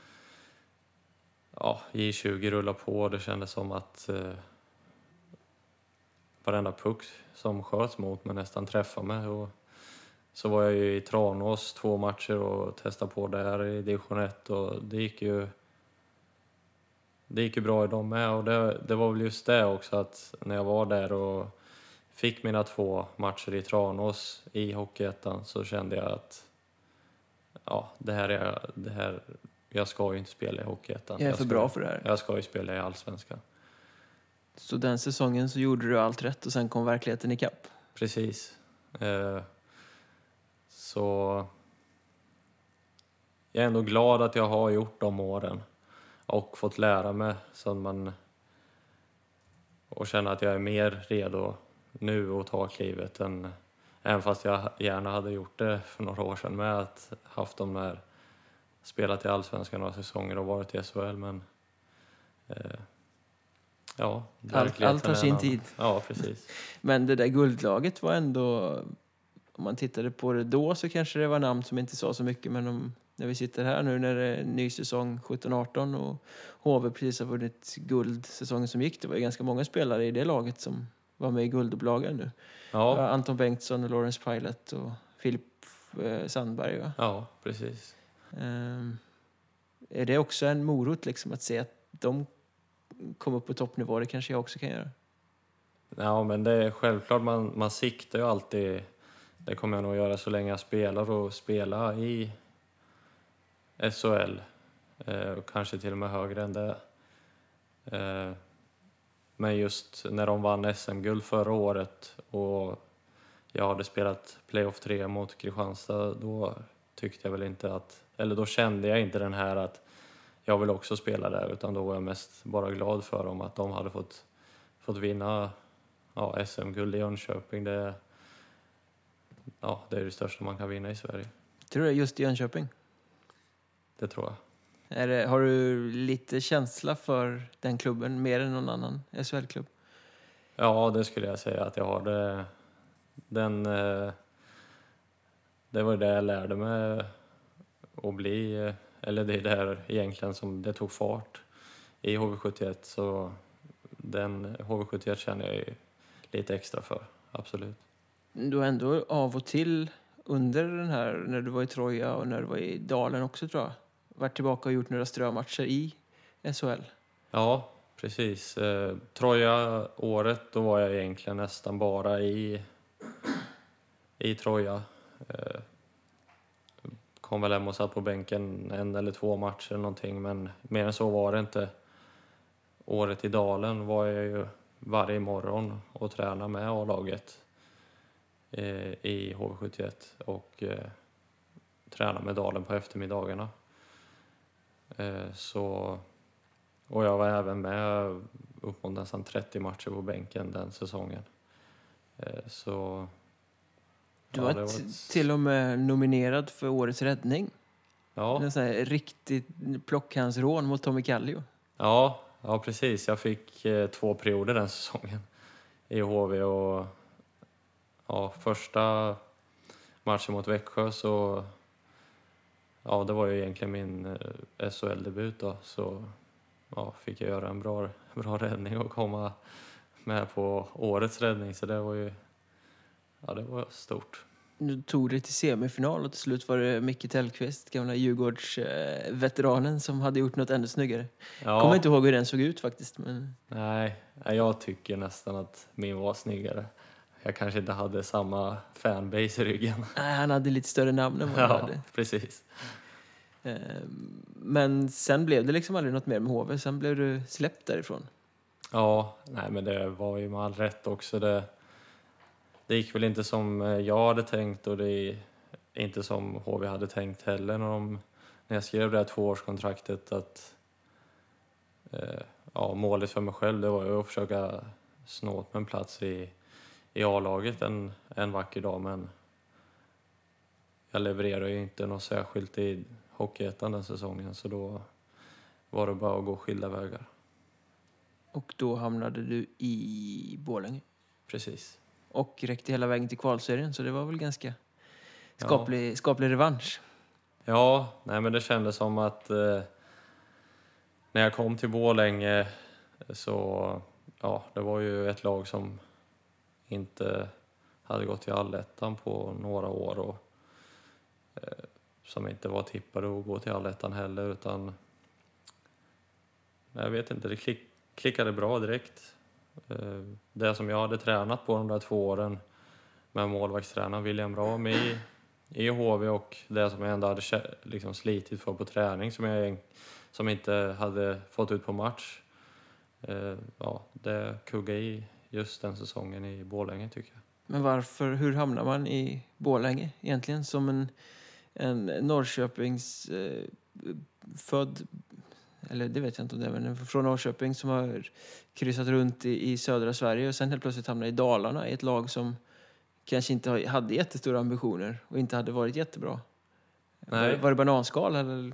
ja, J tjugo rullar på. Det kändes som att eh, varenda puck som sköts mot mig nästan träffade mig. Och så var jag ju i Tranås två matcher och testade på där i division ett, och det gick ju det gick ju bra i dem med, och det, det var väl just det också, att när jag var där och fick mina två matcher i Tranås i Hockeyettan, så kände jag att ja, det här är det här jag ska ju inte spela i Hockeyettan. Jag är för ska, bra för det här. Jag ska ju spela i Allsvenskan. Så den säsongen så gjorde du allt rätt, och sen kom verkligheten i kapp. Precis. Eh, så jag är ändå glad att jag har gjort de åren och fått lära mig, så att man och känna att jag är mer redo nu att ta klivet än, även fast jag gärna hade gjort det för några år sedan med att haft de där spelat i Allsvenskan några säsonger och varit i S H L, men eh, ja, Allt, allt har sin annan. tid. Ja, precis. Men det där guldlaget var ändå, om man tittade på det då, så kanske det var namn som inte sa så mycket, men om, när vi sitter här nu när det är ny säsong sjutton arton och H V precis har vunnit guld säsongen som gick, det var ju ganska många spelare i det laget som var med i guldupplagan nu. Ja. Anton Bengtsson och Lawrence Pilot och Filip eh, Sandberg, va? Ja, precis. Um, Är det också en morot liksom att se att de kom upp på toppnivå? Det kanske jag också kan göra. Ja, men det är självklart, man, man siktar ju alltid, det kommer jag nog göra så länge jag spelar, och spela i S H L. Eh, och kanske till och med högre än det. Eh, men just när de vann S M-guld förra året och jag hade spelat playoff tre mot Kristianstad, då tyckte jag väl inte att, eller då kände jag inte den här att jag vill också spela där, utan då var jag mest bara glad för dem att de hade fått, fått vinna ja, S M-guld i Jönköping. Det, ja, det är det största man kan vinna i Sverige. Tror du det är just i Jönköping? Det tror jag. Är det, har du lite känsla för den klubben mer än någon annan S H L-klubb? Ja, det skulle jag säga att jag har. Det, den, eh, det var det jag lärde mig att bli, eh, eller det är där egentligen som det tog fart i H V sjuttioett, så den H V sjuttioett känner jag ju lite extra för, absolut. Du har ändå av och till under den här, när du var i Troja och när du var i Dalen också tror jag, varit tillbaka och gjort några strömatcher i S H L. Ja, precis. Eh, Troja året, då var jag egentligen nästan bara i, i Troja. Eh, kom väl hem och satt på bänken en eller två matcher någonting, men mer än så var det inte. Året i Dalen var jag ju varje morgon och tränade med A-laget eh, i H V sjuttioett och eh, tränade med Dalen på eftermiddagarna. Eh, så, och jag var även med upp mot nästan trettio matcher på bänken den säsongen. Eh, så Du ja, var, det var t- ett- till och med nominerad för årets räddning. Ja, En sån här riktigt plockhandsrån mot Tommy Kallio. ja, ja, precis. Jag fick eh, två perioder den säsongen i H V, och ja, första matchen mot Växjö så ja, det var ju egentligen min eh, S H L-debut då, så ja, fick jag göra en bra, bra räddning och komma med på årets räddning, så det var ju ja, det var stort. Du tog det till semifinal och till slut var det Micke Tellqvist, gamla Djurgårds-veteranen, som hade gjort något ännu snyggare. Ja, Kommer inte ihåg hur den såg ut faktiskt. Men... nej, jag tycker nästan att min var snyggare. Jag kanske inte hade samma fanbase i ryggen. Nej, han hade lite större namn än vad Ja, han hade. precis. Ehm, Men sen blev det liksom aldrig något mer med H V. Sen blev du släppt därifrån. Ja, nej, men det var ju med all rätt också. Det, det gick väl inte som jag hade tänkt, och det är inte som H V hade tänkt heller när, de, när jag skrev det här tvåårskontraktet. Att, eh, ja, målet för mig själv, det var ju att försöka snå åt mig en plats i, i A-laget en, en vacker dag, men jag levererade ju inte något särskilt i Hockeyettan den säsongen, så då var det bara att gå skilda vägar. Och då hamnade du i Borlänge. Precis. Och räckte hela vägen till kvalserien. Så det var väl ganska skaplig, ja. skaplig revansch. Ja, nej, men det kändes som att eh, när jag kom till Borlänge så ja, det var ju ett lag som inte hade gått till allettan på några år, och eh, som inte var tippade att gå till allettan heller, utan jag vet inte, det klick, klickade bra direkt. Eh, det som jag hade tränat på de där två åren med målvaktstränaren William Ram i, i H V, och det som jag ändå hade liksom slitit för på träning som jag som inte hade fått ut på match, eh, ja, det kuggade i just den säsongen i Borlänge, tycker jag. Men varför, hur hamnar man i Borlänge egentligen som en, en Norrköpings eh, född, eller det vet jag inte om det är, men från Norrköping som har kryssat runt i, i södra Sverige och sen helt plötsligt hamnar i Dalarna i ett lag som kanske inte hade jättestora ambitioner och inte hade varit jättebra. Nej. Var, var det bananskal eller?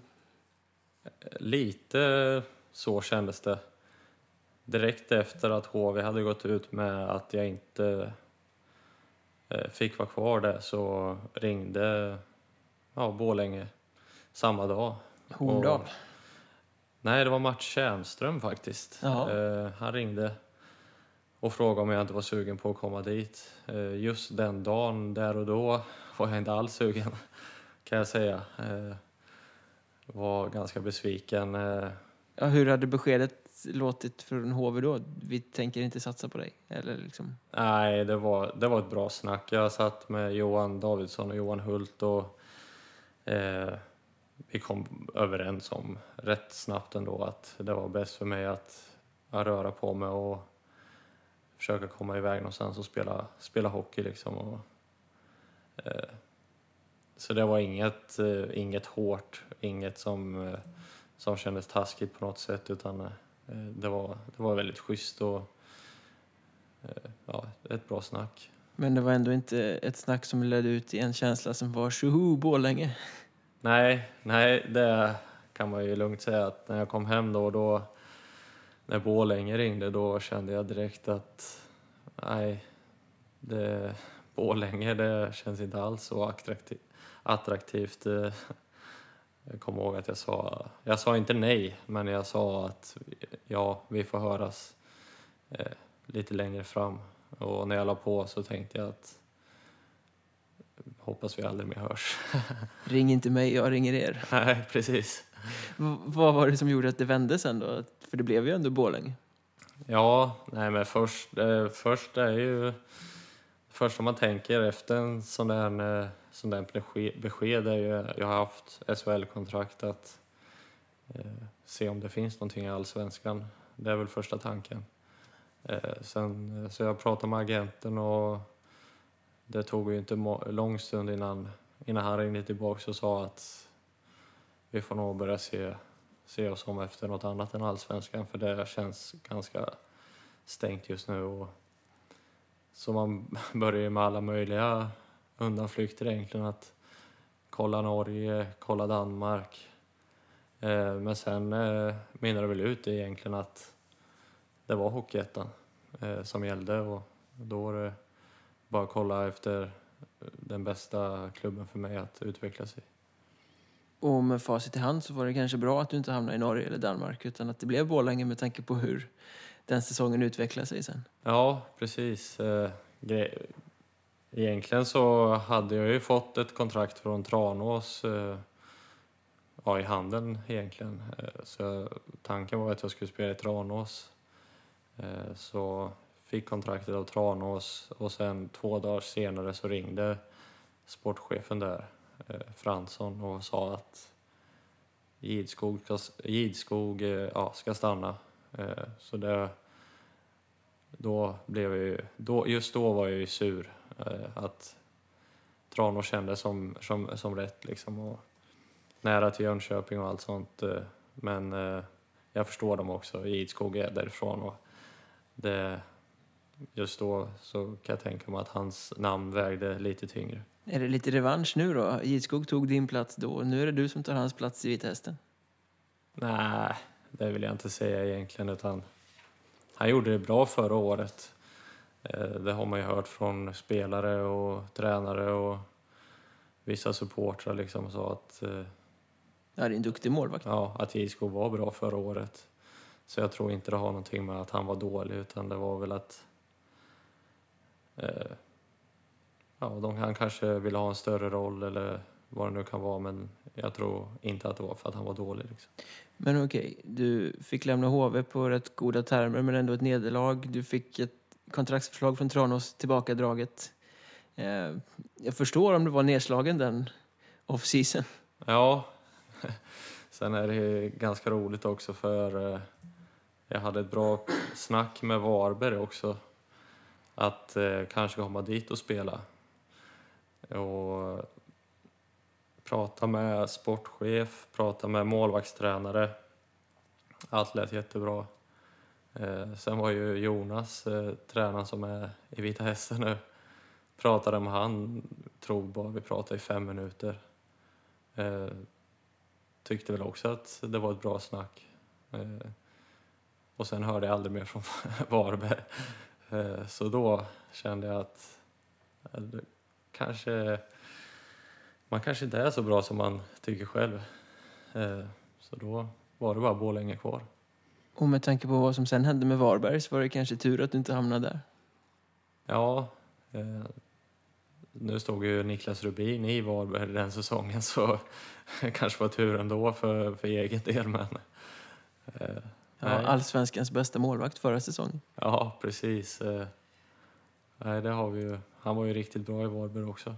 Lite så kändes det. Direkt efter att H V hade gått ut med att jag inte eh, fick vara kvar där, så ringde ja, Borlänge samma dag. Horndal? Och, nej, det var Mats Tjärnström faktiskt. Eh, han ringde och frågade om jag inte var sugen på att komma dit. Eh, just den dagen, där och då, var jag inte alls sugen, kan jag säga. Eh, var ganska besviken. Ja, hur hade beskedet låtit från H V då? Vi tänker inte satsa på dig, eller liksom? Nej, det var, det var ett bra snack. Jag satt med Johan Davidsson och Johan Hult och eh, vi kom överens om rätt snabbt ändå att det var bäst för mig att, att röra på mig och försöka komma iväg någonstans och spela, spela hockey liksom. Och, eh, så det var inget, eh, inget hårt, inget som, eh, som kändes taskigt på något sätt, utan eh, det, var, det var väldigt schysst och eh, ja, ett bra snack. Men det var ändå inte ett snack som ledde ut i en känsla som var tjoho, Borlänge. Nej, nej, det kan man ju lugnt säga att när jag kom hem då, då när Borlänge ringde, då kände jag direkt att nej, det, Borlänge, det känns inte alls så attraktivt. attraktivt. Jag kommer ihåg att jag sa, jag sa inte nej, men jag sa att ja, vi får höras eh, lite längre fram. Och när jag la på så tänkte jag att hoppas vi aldrig mer hörs. Ring inte mig, jag ringer er. Nej, precis. V- vad var det som gjorde att det vände sen då? För det blev ju ändå Borlänge. Ja, nej men först, eh, först är ju första man tänker efter en sån där, eh, sån där besked, besked är ju, jag har haft S H L-kontrakt, att eh, se om det finns någonting i Allsvenskan. Det är väl första tanken. Eh, sen, så jag pratade med agenten och det tog ju inte må- lång stund innan, innan han ringde tillbaka och sa att vi får nog börja se, se oss om efter något annat än Allsvenskan, för det känns ganska stängt just nu. Och så man börjar ju med alla möjliga undanflykter egentligen, att kolla Norge, kolla Danmark. Eh, men sen eh, minnade det väl ut egentligen att det var Hockeyettan eh, som gällde, och då var det bara att kolla efter den bästa klubben för mig att utveckla sig. Och med facit i hand så var det kanske bra att du inte hamnade i Norge eller Danmark, utan att det blev Borlänge med tanke på hur den säsongen utvecklade sig sen. Ja, precis. Eh, gre- Egentligen så hade jag ju fått ett kontrakt från Tranås eh, ja, i handen egentligen. Eh, så tanken var att jag skulle spela i Tranås. Eh, så fick kontraktet av Tranås och sen två dagar senare så ringde sportchefen där, eh, Fransson, och sa att Gidskog ska, Gidskog, eh, ja, ska stanna. Eh, så det, då blev jag ju, då, just då var jag ju sur eh, att Tranås kändes som, som, som rätt liksom, och nära till Jönköping och allt sånt. Eh, men eh, jag förstår dem också, Gidskog är därifrån, och det, just då så kan jag tänka mig att hans namn vägde lite tyngre. Är det lite revansch nu då? Gidskog tog din plats då, och nu är det du som tar hans plats i Vita Hästen. Nej, det vill jag inte säga egentligen, utan han gjorde det bra förra året. Det har man ju hört från spelare och tränare och vissa supportrar liksom, så att ja, det är en duktig målvakt. Ja, att Gidskog var bra förra året. Så jag tror inte det har någonting med att han var dålig, utan det var väl att eh, ja, de, han kanske ville ha en större roll eller vad det nu kan vara, men jag tror inte att det var för att han var dålig. Liksom. Men okej, du fick lämna H V på rätt goda termer, men ändå ett nederlag. Du fick ett kontraktsförslag från Tranås tillbakadraget. Eh, jag förstår om du var nedslagen den off-season. Ja, sen är det ganska roligt också, för eh, jag hade ett bra snack med Varberg också, att eh, kanske komma dit och spela. Och prata med sportchef, prata med målvaktstränare. Allt lät jättebra. Eh, sen var ju Jonas, eh, tränaren som är i Vita Hästen nu, pratade med han, tror bara vi pratade i fem minuter. Eh, tyckte väl också att det var ett bra snack. Eh, och sen hörde jag aldrig mer från Varberg. Eh, så då kände jag att eh, kanske, man kanske inte är så bra som man tycker själv. Eh, så då var det bara Borlänge kvar. Och med tanke på vad som sen hände med Varberg så var det kanske tur att du inte hamnade där. Ja, eh, nu stod ju Niklas Rubin i Varberg den säsongen, så kanske var tur ändå för, för egen del. Men, eh, Ja, nej. allsvenskans bästa målvakt förra säsongen. Ja, precis. Eh, nej, det har vi ju. Han var ju riktigt bra i Varberg också.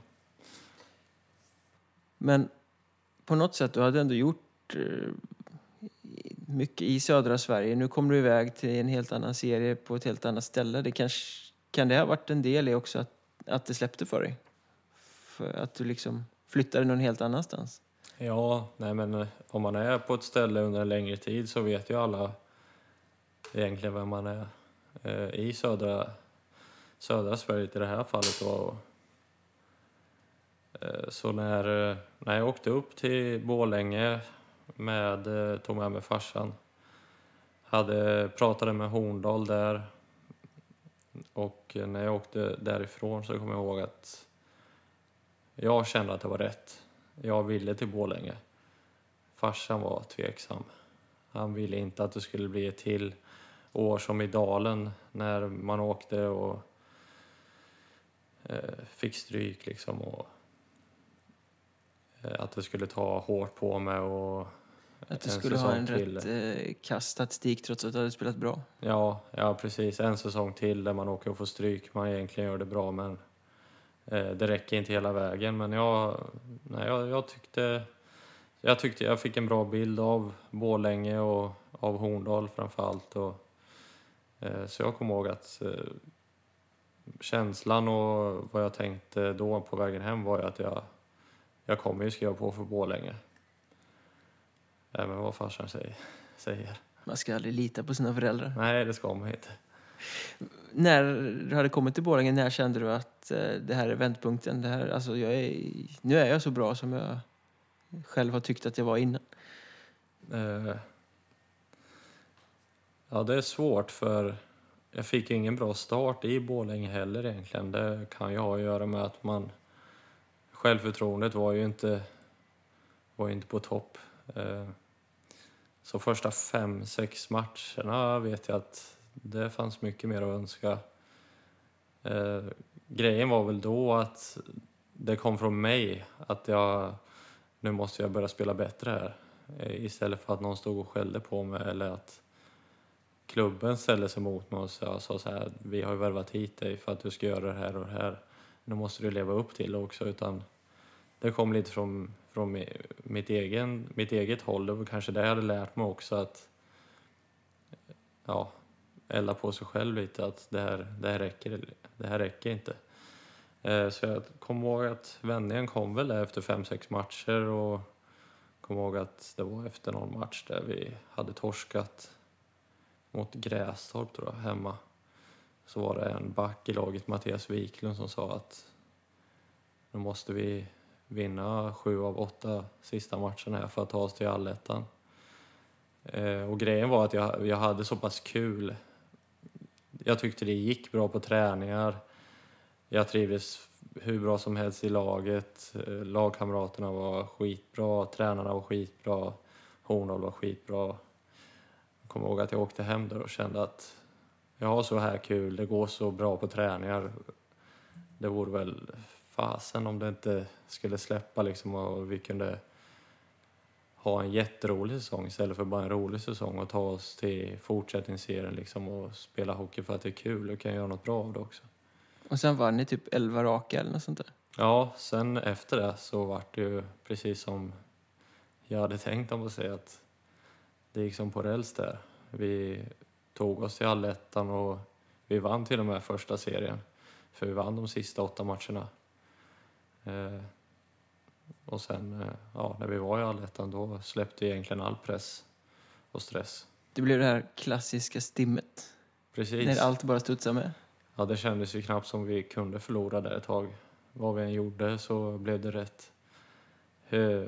Men på något sätt, du hade ändå gjort eh, mycket i södra Sverige. Nu kommer du iväg till en helt annan serie på ett helt annat ställe. Det kanske, kan det ha varit en del i också att, att det släppte för dig? För att du liksom flyttade någon helt annanstans? Ja, nej men eh, om man är på ett ställe under en längre tid så vet ju alla egentligen vem man är. Eh, I södra, södra Sverige i det här fallet då. Eh, så när, eh, när jag åkte upp till Borlänge med, eh, tog med mig farsan, hade pratade med Horndal där, och eh, när jag åkte därifrån så kommer jag ihåg att jag kände att det var rätt. Jag ville till Borlänge. Farsan var tveksam. Han ville inte att det skulle bli ett till år som i Dalen när man åkte och eh, fick stryk liksom, och eh, att det skulle ta hårt på mig och Att du en skulle ha en säsong rätt till. eh, kass statistik trots att du hade spelat bra. Ja, ja, precis. En säsong till där man åker och får stryk. Man egentligen gör det bra, men eh, det räcker inte hela vägen. Men jag, nej, jag, jag tyckte jag tyckte jag fick en bra bild av Borlänge och av Horndal framförallt. Och, eh, så jag kommer ihåg att eh, känslan och vad jag tänkte då på vägen hem var ju att jag, jag kommer ju skriva på för Borlänge. Även vad farsan säger. säger. Man ska aldrig lita på sina föräldrar. Nej, det ska man inte. När du hade kommit till Borlänge, när kände du att eh, det här är vändpunkten? Det här, alltså jag är, nu är jag så bra som jag själv har tyckt att jag var innan. Eh, ja, det är svårt, för jag fick ju ingen bra start i Borlänge heller egentligen. Det kan ju ha att göra med att man självförtroendet var ju inte, var ju inte på topp. Eh, så första fem, sex matcherna vet jag att det fanns mycket mer att önska. Eh, grejen var väl då att det kom från mig att jag, nu måste jag börja spela bättre här. Eh, istället för att någon stod och skällde på mig, eller att klubben ställde sig emot mig och sa så här: vi har ju värvat hit dig för att du ska göra det här och det här. Nu måste du leva upp till det också. Utan det kom lite från, från mitt, egen, mitt eget håll. Det var kanske det jag hade lärt mig också, att ja, elda på sig själv lite, att det här, det här, räcker, det här räcker inte. Eh, så jag kommer ihåg att vändningen kom väl där efter fem, sex matcher, och kom ihåg att det var efter någon match där vi hade torskat mot Grästorp tror jag, hemma. Så var det en back i laget, Mattias Wiklund, som sa att nu måste vi vinna sju av åtta sista matcherna här för att ta oss till allettan. Eh, och grejen var att jag, jag hade så pass kul. Jag tyckte det gick bra på träningar. Jag trivdes hur bra som helst i laget. Eh, lagkamraterna var skitbra, tränarna var skitbra, Horndal var skitbra. Jag kommer ihåg att jag åkte hem där och kände att jag har så här kul, det går så bra på träningar. Det vore väl fasen om det inte skulle släppa liksom, och vi kunde ha en jätterolig säsong istället för bara en rolig säsong, och ta oss till fortsättningsserien liksom, och spela hockey för att det är kul och kan göra något bra av det också. Och sen var ni typ elva raka eller något sånt där. Ja, sen efter det så var det ju precis som jag hade tänkt, om man säger, att det gick som på räls där. Vi tog oss till allettan och vi vann till och med första serien. För vi vann de sista åtta matcherna. Eh, och sen, eh, ja, när vi var i allettan, då släppte egentligen all press och stress. Det blev det här klassiska stimmet. Precis. När allt bara studsade med. Ja, det kändes ju knappt som vi kunde förlora där ett tag. Vad vi än gjorde så blev det rätt. Eh,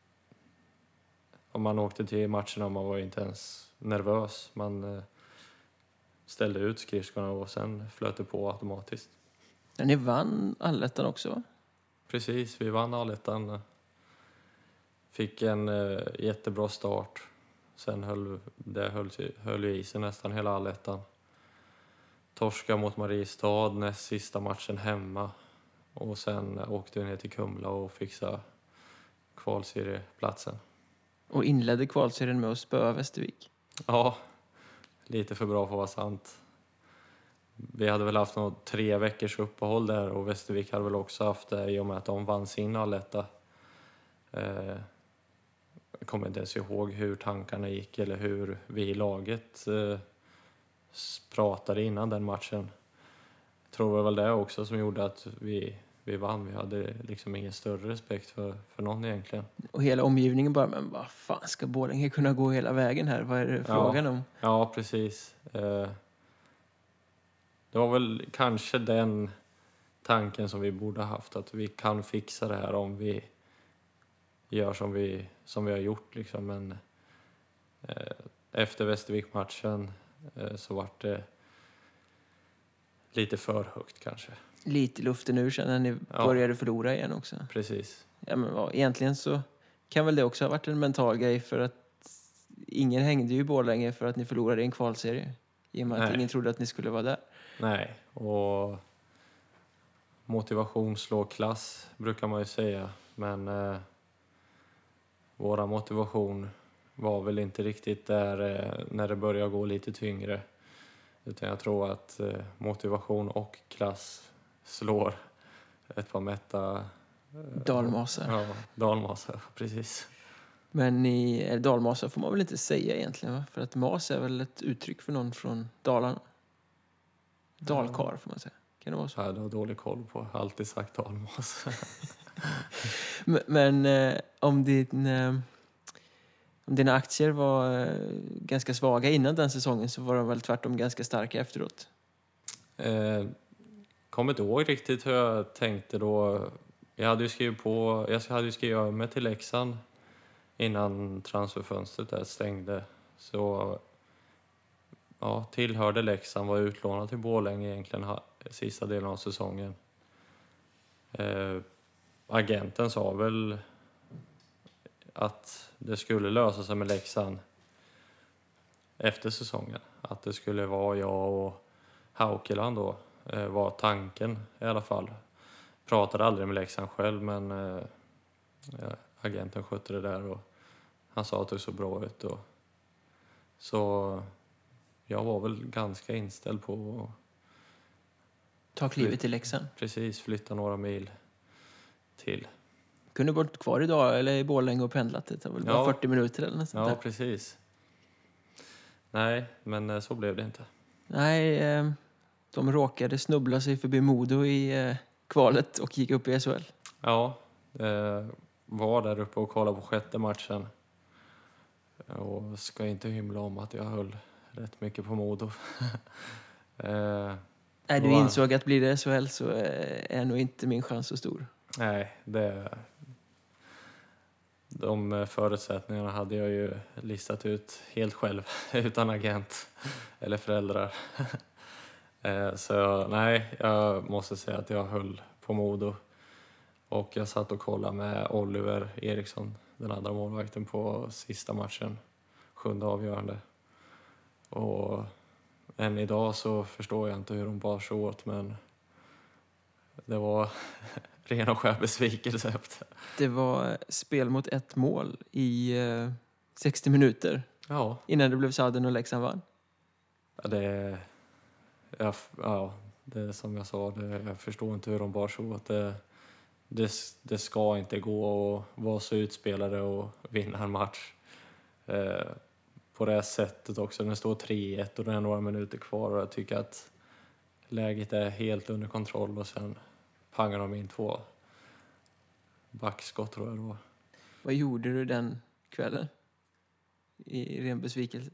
om man åkte till matcherna, man var inte ens nervös. Man eh, ställde ut skridskorna och sen flöt det på automatiskt. Ja, ni vann allettan också, va? Precis, vi vann allettan. Fick en eh, jättebra start. Sen höll det höll, höll i sig nästan hela allettan. Torska mot Mariestad näst sista matchen hemma. Och sen åkte vi ner till Kumla och fixade kvalserieplatsen. Och inledde kvalserien med att spöa Västervik. Ja, lite för bra för att vara sant. Vi hade väl haft något tre veckors uppehåll där och Västervik hade väl också haft det i och med att de vann sin alletta. Eh, jag kommer inte ens ihåg hur tankarna gick eller hur vi i laget eh, pratade innan den matchen. Jag tror det var det också som gjorde att vi, vi vann. Vi hade liksom ingen större respekt för, för någon egentligen. Och hela omgivningen bara, men vad fan ska Borlänge kunna gå hela vägen här? Vad är det frågan ja, om? Ja, precis. Eh, det var väl kanske den tanken som vi borde ha haft, att vi kan fixa det här om vi gör som vi, som vi har gjort. Liksom. Men eh, efter Västervik-matchen eh, så var det lite för högt kanske. Lite luften ur sen när ni Ja. började förlora igen också. Precis. Ja, men vad, egentligen så kan väl det också ha varit en mental grej, för att ingen hängde ju i Borlänge för att ni förlorade i en kvalserie. I och med att Nej. ingen trodde att ni skulle vara där. Nej, och motivation slår klass brukar man ju säga. Men eh, våra motivation var väl inte riktigt där eh, när det började gå lite tyngre. Utan jag tror att eh, motivation och klass slår ett par mätta... Eh, Dalmasar. Ja, dalmasar, precis. Men i eller dalmasar får man väl inte säga egentligen, va? För att mas är väl ett uttryck för någon från Dalarna. Dalkar får man säga. Kan det vara så? Jag hade dålig koll på, jag har alltid sagt dalmas. Men, men eh, om din... Eh, om dina aktier var eh, ganska svaga innan den säsongen, så var de väl tvärtom ganska starka efteråt. Eh, kommer inte ihåg riktigt hur jag tänkte då. Jag hade ju skrivit på, jag hade ju skrivit över mig till Leksand innan transferfönstret där stängde. Så ja, tillhörde Leksand, var utlånad till Borlänge egentligen ha, sista delen av säsongen. Eh, agenten sa väl att det skulle lösa sig med Leksand efter säsongen. Att det skulle vara jag och Haukeland då, eh, var tanken i alla fall. Pratade aldrig med Leksand själv, men eh, agenten skötte det där och han sa att det såg bra ut. Och, så jag var väl ganska inställd på att Ta klivet till Leksand. precis flytta några mil till. Kunde varit kvar idag eller i Borlänge och pendlat. Det var väl bara Ja. fyrtio minuter eller något sånt Ja, där. precis. Nej, men eh, så blev det inte. Nej, eh, de råkade snubbla sig förbi Modo i eh, kvalet och gick upp i S H L. Ja, eh, var där uppe och kollade på sjätte matchen. Och ska inte hymla om att jag höll rätt mycket på Modo. eh, Nej, du Wow. insåg att blir det S H L så eh, är nog inte min chans så stor. nej, det... De förutsättningarna hade jag ju listat ut helt själv, utan agent eller föräldrar. Eh, Så nej, jag måste säga att jag höll på Modo. Och jag satt och kollade med Oliver Eriksson, den andra målvakten, på sista matchen. Sjunde avgörande. Och än idag så förstår jag inte hur de bar sig åt, men det var ren och skär besvikelse efter. Det var spel mot ett mål i eh, sextio minuter Ja, innan det blev Sudden och Leksand vann. Ja, det, ja, ja, det är som jag sa, det, jag förstår inte hur de bar sig åt. Det, det, det ska inte gå att vara så utspelade och vinna en match eh, på det här sättet också. Den står tre ett och det är några minuter kvar och jag tycker att läget är helt under kontroll och sen pangar de in två backskott tror jag det var. Vad gjorde du den kvällen? I ren besvikelse.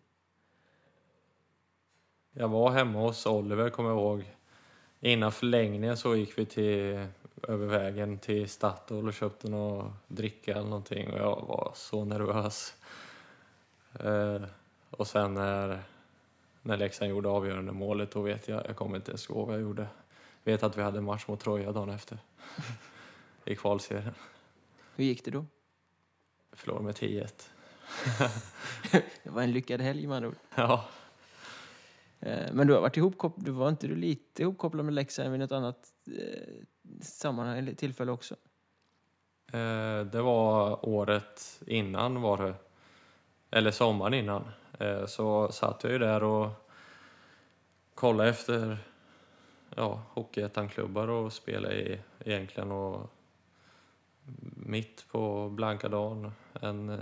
Jag var hemma hos Oliver, kommer jag ihåg. Innan förlängningen så gick vi till över vägen till Statoil och köpte något dricka eller någonting. Och jag var så nervös. Eh, och sen när, när Leksand gjorde avgörande målet, då vet jag, jag kommer inte ens ihåg vad jag gjorde. Jag vet att vi hade match mot Troja dagen efter. I kvalserien. Hur gick det då? Förlorade med tio ett. Det var en lyckad helg med andra ord. Ja. Eh, men du har varit ihopkopplad, du var inte du lite ihopkopplad med Leksand vid något annat eh, sammanhang eller tillfälle också? Eh, det var året innan var det, eller sommaren innan, eh, så satt jag ju där och kollade efter ja, Hockeyettan-klubbar och spelade i egentligen, och mitt på blanka dagen en,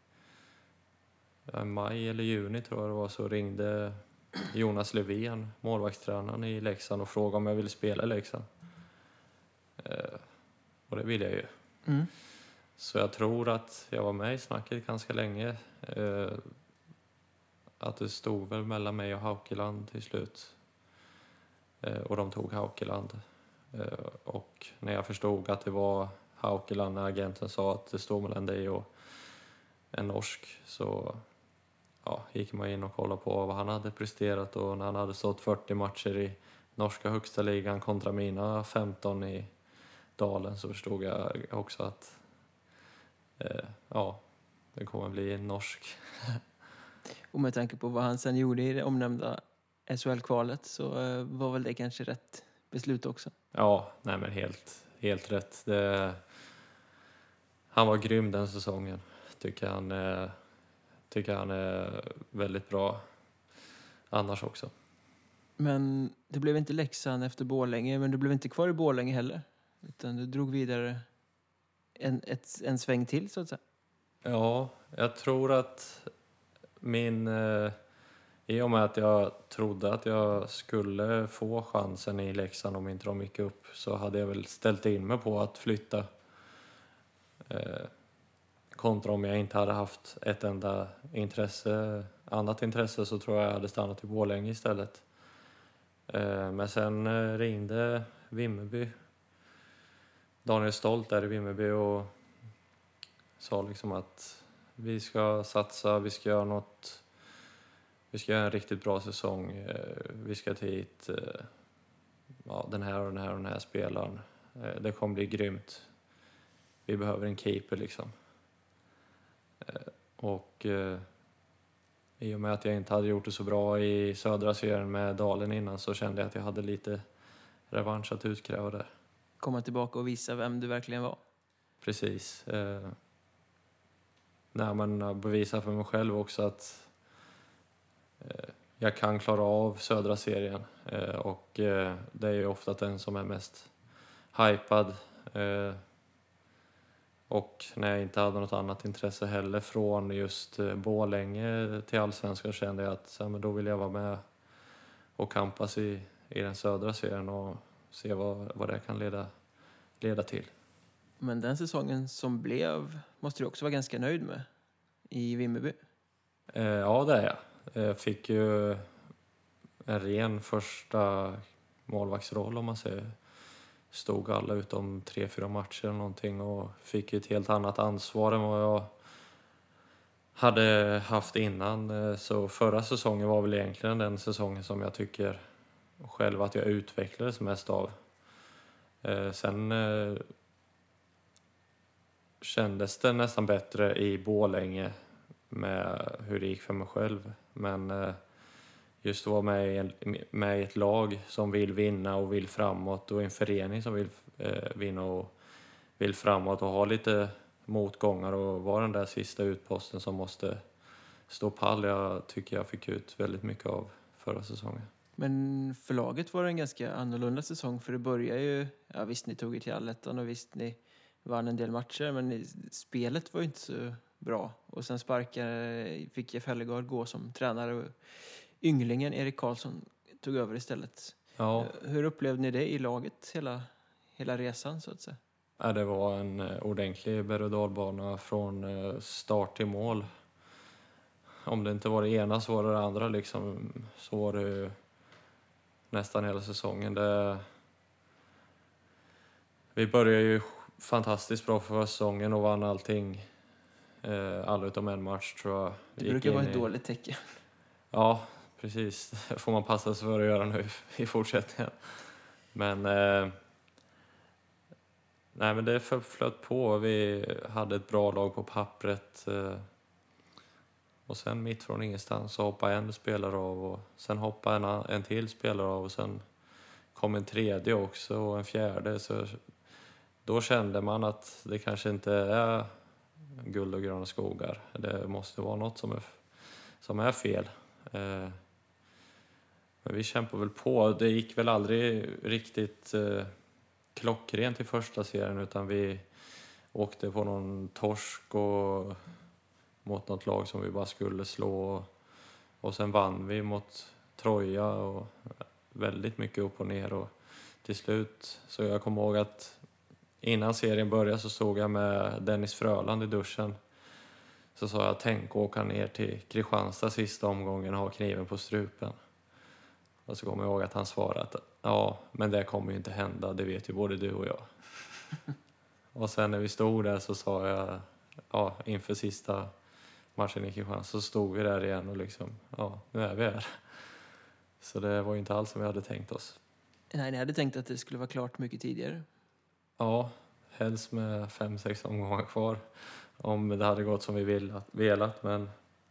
en maj eller juni tror jag det var, så ringde Jonas Löfven, målvaktstränaren i Leksand, och frågade om jag ville spela i Leksand. Eh, och det ville jag ju. Mm. Så jag tror att jag var med i snacket ganska länge. Eh, att det stod väl mellan mig och Haukeland till slut. Eh, och de tog Haukeland. Eh, och när jag förstod att det var Haukeland, när agenten sa att det stod mellan dig och en norsk, så ja, gick man in och kollade på vad han hade presterat, och när han hade stått fyrtio matcher i norska högsta ligan kontra mina femton i Dalen, så förstod jag också att eh, ja, det kommer bli en norsk. Och med tanke på vad han sen gjorde i det omnämnda S H L-kvalet så eh, var väl det kanske rätt beslut också. Ja, nej men helt, helt rätt. Det, han var grym den säsongen. Tycker han, eh, tycker han är väldigt bra annars också. Men det blev inte Leksand efter Borlänge, men du blev inte kvar i Borlänge heller. Utan du drog vidare en, ett, en sväng till så att säga. Ja, jag tror att min... Eh, I och med att jag trodde att jag skulle få chansen i Leksand om inte de gick upp, så hade jag väl ställt in mig på att flytta. Eh, kontra om jag inte hade haft ett enda intresse, annat intresse, så tror jag jag hade stannat i Borlänge istället. Eh, men sen eh, ringde Vimmerby, Daniel Stolt där i Vimmerby, och sa liksom att vi ska satsa, vi ska göra något, vi ska göra en riktigt bra säsong, eh, vi ska ta hit eh, ja, den här och den här och den här spelaren. Eh, det kommer bli grymt. Vi behöver en keeper liksom. Eh, och eh, i och med att jag inte hade gjort det så bra i södra serien med Dalen innan, så kände jag att jag hade lite revansch att utkräva där. Komma tillbaka och visa vem du verkligen var. Precis. Eh, när man bevisar för mig själv också att eh, jag kan klara av södra serien. Eh, och eh, det är ju ofta den som är mest hypad. Eh, och när jag inte hade något annat intresse heller från just eh, Borlänge till Allsvenskan, kände jag att så, men då vill jag vara med och kampas i, i den södra serien och se vad, vad det kan leda, leda till. Men den säsongen som blev måste du också vara ganska nöjd med i Vimmerby. Eh, ja, det är jag. Jag fick ju en ren första målvaktsroll om man säger. Stod alla utom tre, fyra matcher eller någonting, och fick ett helt annat ansvar än vad jag hade haft innan. Så förra säsongen var väl egentligen den säsongen som jag tycker själv att jag utvecklades mest av. Eh, sen eh, kändes det nästan bättre i Borlänge med hur det gick för mig själv. Men eh, just att vara med i, en, med i ett lag som vill vinna och vill framåt, och en förening som vill eh, vinna och vill framåt och ha lite motgångar och vara den där sista utposten som måste stå pall. Jag tycker jag fick ut väldigt mycket av förra säsongen. Men för laget var det en ganska annorlunda säsong, för det började ju, ja visst ni tog er till allettan och visst ni vann en del matcher, men ni, spelet var ju inte så bra. Och sen sparkade, fick Jeff Hellegard gå som tränare och ynglingen Erik Karlsson tog över istället. Ja. Hur upplevde ni det i laget hela, hela resan så att säga? Ja, det var en ordentlig berg- och dalbana från start till mål. Om det inte var det ena så var det det andra liksom. Så var det nästan hela säsongen. Det... Vi började ju fantastiskt bra för säsongen och vann allting. Alla utom en match tror jag. Det brukar vara ett i... dåligt tecken. Ja, precis. Det får man passa sig för att göra nu i fortsättningen. Men... Eh... Nej, men det flöt på. Vi hade ett bra lag på pappret. Och sen mitt från ingenstans så hoppade en spelare av och sen hoppade en, en till spelare av och sen kom en tredje också och en fjärde. Så då kände man att det kanske inte är guld och gröna skogar. Det måste vara något som är, som är fel. Eh, men vi kämpade väl på. Det gick väl aldrig riktigt eh, klockrent i första serien utan vi åkte på någon torsk och mot något lag som vi bara skulle slå. Och sen vann vi mot Troja och väldigt mycket upp och ner. Och till slut, så jag kommer ihåg att innan serien började så stod jag med Dennis Fröland i duschen. Så sa jag, tänk åka ner till Kristianstad sista omgången och ha kniven på strupen. Och så kommer jag ihåg att han svarade att ja, men det kommer ju inte hända, det vet ju både du och jag. Och sen när vi stod där så sa jag, ja, inför sista matchen i Kristianstad så stod vi där igen och liksom, ja, nu är vi här. Så det var ju inte alls som vi hade tänkt oss. Nej, ni hade tänkt att det skulle vara klart mycket tidigare. Ja, helst med fem, sex omgångar kvar. Om det hade gått som vi velat, velat men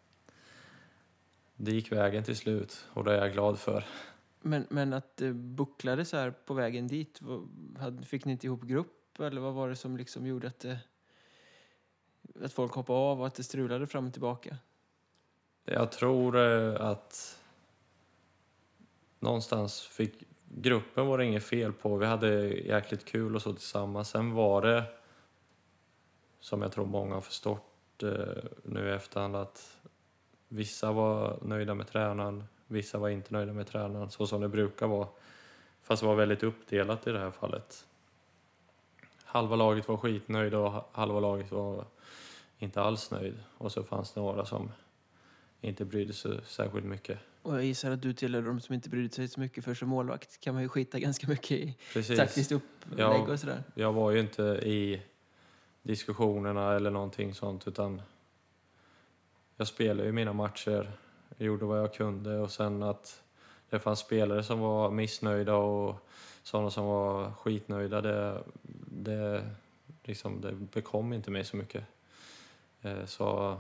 det gick vägen till slut och det är jag glad för. Men, men att det bucklade så här på vägen dit, vad, fick ni inte ihop grupp eller vad var det som liksom gjorde att, det, att folk hoppade av och att det strulade fram och tillbaka? Jag tror att någonstans fick gruppen var det inget fel på. Vi hade jäkligt kul och så tillsammans. Sen var det, som jag tror många har förstått eh, nu i efterhand, att vissa var nöjda med tränaren, vissa var inte nöjda med tränaren, så som det brukar vara. Fast det var väldigt uppdelat i det här fallet. Halva laget var skitnöjda och halva laget var inte alls nöjd. Och så fanns det några som inte brydde sig särskilt mycket. Och jag gissar att du tillhör de som inte brydde sig så mycket, för som målvakt kan man ju skita ganska mycket i Precis. taktiskt upplägg jag, och sådär. Jag var ju inte i diskussionerna eller någonting sånt, utan jag spelade ju mina matcher, jag gjorde vad jag kunde, och sen att det fanns spelare som var missnöjda och sådana som var skitnöjda, det, det, liksom, det bekom inte mig så mycket. Så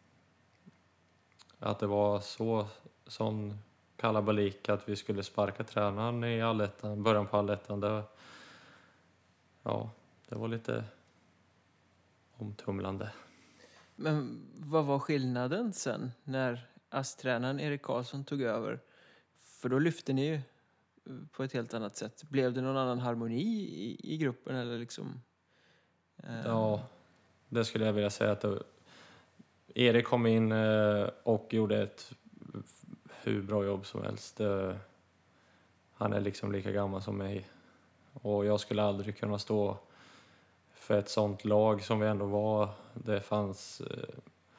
att det var så sån kalabalik att vi skulle sparka tränaren i allettan, början på allettan, det, ja, det var lite omtumlande. Men vad var skillnaden sen när A S S-tränaren Erik Karlsson tog över? För då lyfte ni ju på ett helt annat sätt. Blev det någon annan harmoni i, i gruppen eller liksom? Eh... Ja, det skulle jag vilja säga att det, Erik kom in eh, och gjorde ett hur bra jobb som helst. Det, han är liksom lika gammal som mig. Och jag skulle aldrig kunna stå för ett sånt lag som vi ändå var. Det fanns... Eh,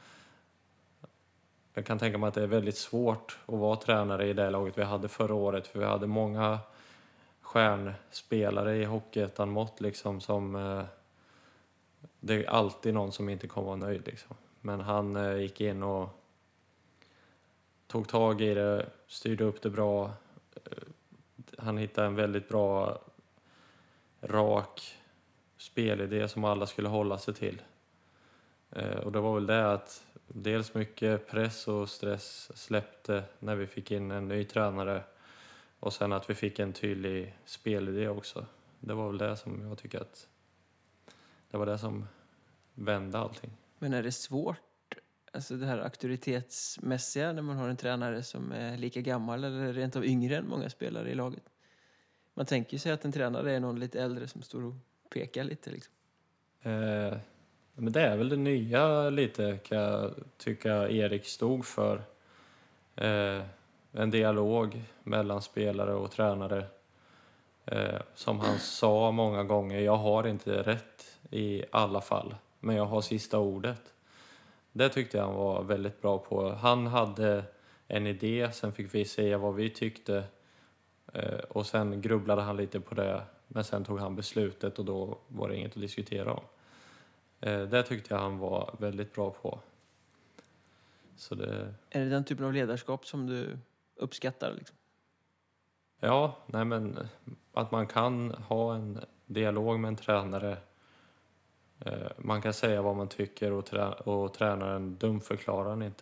jag kan tänka mig att det är väldigt svårt att vara tränare i det laget vi hade förra året. För vi hade många stjärnspelare i Hockeyettan mått liksom som... Eh, det är alltid någon som inte kommer vara nöjd liksom. Men han eh, gick in och tog tag i det, styrde upp det bra. Han hittade en väldigt bra, rak spelidé som alla skulle hålla sig till. Och det var väl det att dels mycket press och stress släppte när vi fick in en ny tränare. Och sen att vi fick en tydlig spelidé också. Det var väl det som jag tycker att det var det som vände allting. Men är det svårt, alltså det här auktoritetsmässiga, när man har en tränare som är lika gammal eller rent av yngre än många spelare i laget? Man tänker sig att en tränare är någon lite äldre som står och pekar lite liksom. Eh, men det är väl det nya lite, kan jag tycka Erik stod för. Eh, en dialog mellan spelare och tränare. Eh, som han sa många gånger, jag har inte rätt i alla fall, men jag har sista ordet. Det tyckte jag han var väldigt bra på. Han hade en idé, sen fick vi säga vad vi tyckte. Eh, och sen grubblade han lite på det, men sen tog han beslutet och då var det inget att diskutera om. Eh, det tyckte jag han var väldigt bra på. Så det... Är det den typen av ledarskap som du uppskattar liksom? Ja, nej men att man kan ha en dialog med en tränare. Man kan säga vad man tycker och, trä- och tränaren dumförklarar han inte.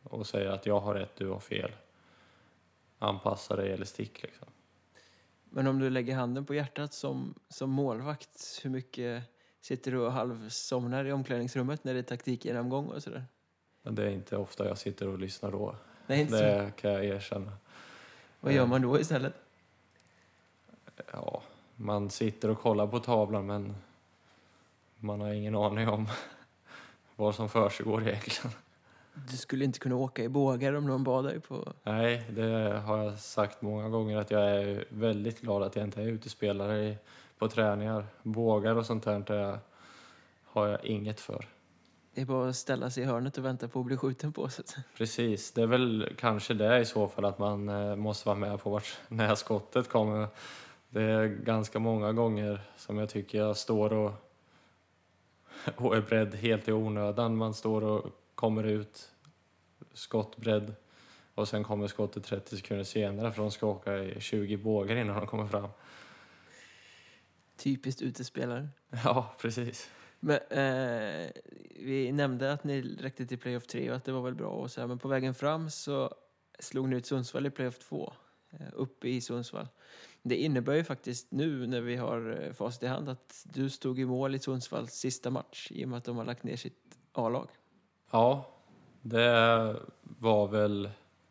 och säga att jag har rätt, du har fel. Anpassa dig eller stick liksom. Men om du lägger handen på hjärtat som, som målvakt, hur mycket sitter du och halvsomnar i omklädningsrummet när det är taktikgenomgång och sådär? Men det är inte ofta jag sitter och lyssnar då. Nej, inte Det kan jag erkänna. Vad gör man då istället? Ja, man sitter och kollar på tavlan men man har ingen aning om vad som försiggår egentligen. Du skulle inte kunna åka i bågar om någon bad dig på... Nej, det har jag sagt många gånger att jag är väldigt glad att jag inte är utespelare i, på träningar. Bågar och sånt där det har jag inget för. Det är bara att ställa sig i hörnet och vänta på att bli skjuten på. Så att... Precis, det är väl kanske det i så fall att man eh, måste vara med på vart när skottet kommer. Det är ganska många gånger som jag tycker jag står och, och är beredd helt i onödan. Man står och kommer ut skottbredd och sen kommer skottet trettio sekunder senare för de ska åka i tjugo bågar innan de kommer fram. Typiskt utespelare. Ja, precis. Men, eh, vi nämnde att ni räckte till playoff tre och att det var väl bra och så här, men på vägen fram så slog ni ut Sundsvall i playoff två eh, uppe i Sundsvall. Det innebär ju faktiskt nu när vi har facit i hand att du stod i mål i Sundsvalls sista match i och med att de har lagt ner sitt A-lag. Ja, det var väl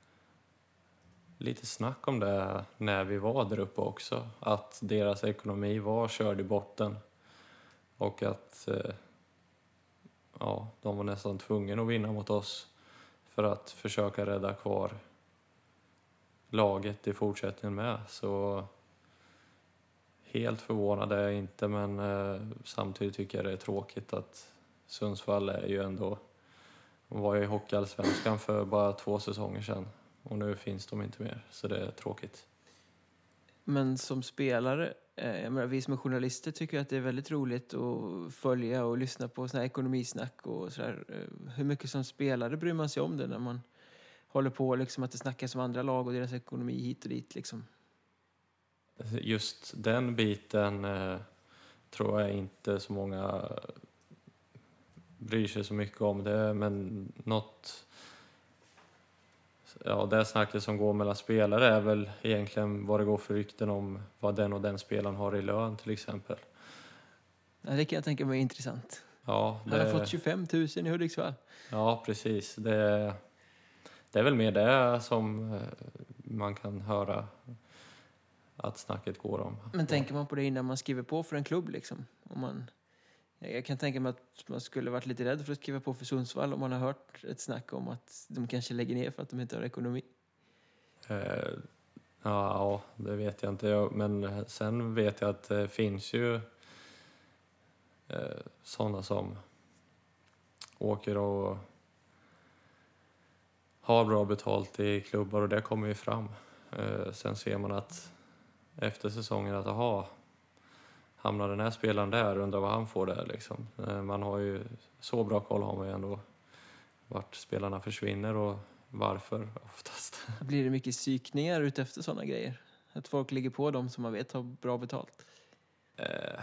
lite snack om det när vi var där uppe också. Att deras ekonomi var körd i botten. Och att eh, ja, de var nästan tvungna att vinna mot oss för att försöka rädda kvar laget i fortsättningen med. Så helt förvånad är jag inte, men eh, samtidigt tycker jag det är tråkigt att Sundsvall är ju ändå... De var ju i Hockeyallsvenskan för bara två säsonger sedan och nu finns de inte mer, så det är tråkigt. Men som spelare, eh, jag menar, vi som är journalister tycker att det är väldigt roligt att följa och lyssna på såna här ekonomisnack och sådär. Eh, hur mycket som spelare bryr man sig om det när man håller på liksom att det snackas om andra lag och deras ekonomi hit och dit liksom? Just den biten eh, tror jag inte så många bryr sig så mycket om det, men något... Ja, det snacket som går mellan spelare är väl egentligen vad det går för rykten om vad den och den spelaren har i lön till exempel. Ja, det kan jag tänka mig är intressant. Ja, det... Han har fått tjugofem tusen i Hudiksvall. Ja, precis. Det, det är väl mer det som man kan höra att snacket går om. Men tänker man på det innan man skriver på för en klubb liksom? Om man... Jag kan tänka mig att man skulle varit lite rädd för att skriva på för Sundsvall om man har hört ett snack om att de kanske lägger ner för att de inte har ekonomi. Eh, ja, det vet jag inte. Men sen vet jag att det finns ju eh, sådana som åker och har bra betalt i klubbar och det kommer ju fram. Eh, sen ser man att efter säsongen att aha, hamnar den här spelaren där, undrar vad han får där liksom. Man har ju så bra koll har man ju ändå vart spelarna försvinner och varför oftast. Blir det mycket psykningar ut efter sådana grejer? Att folk ligger på dem som man vet har bra betalt? Eh,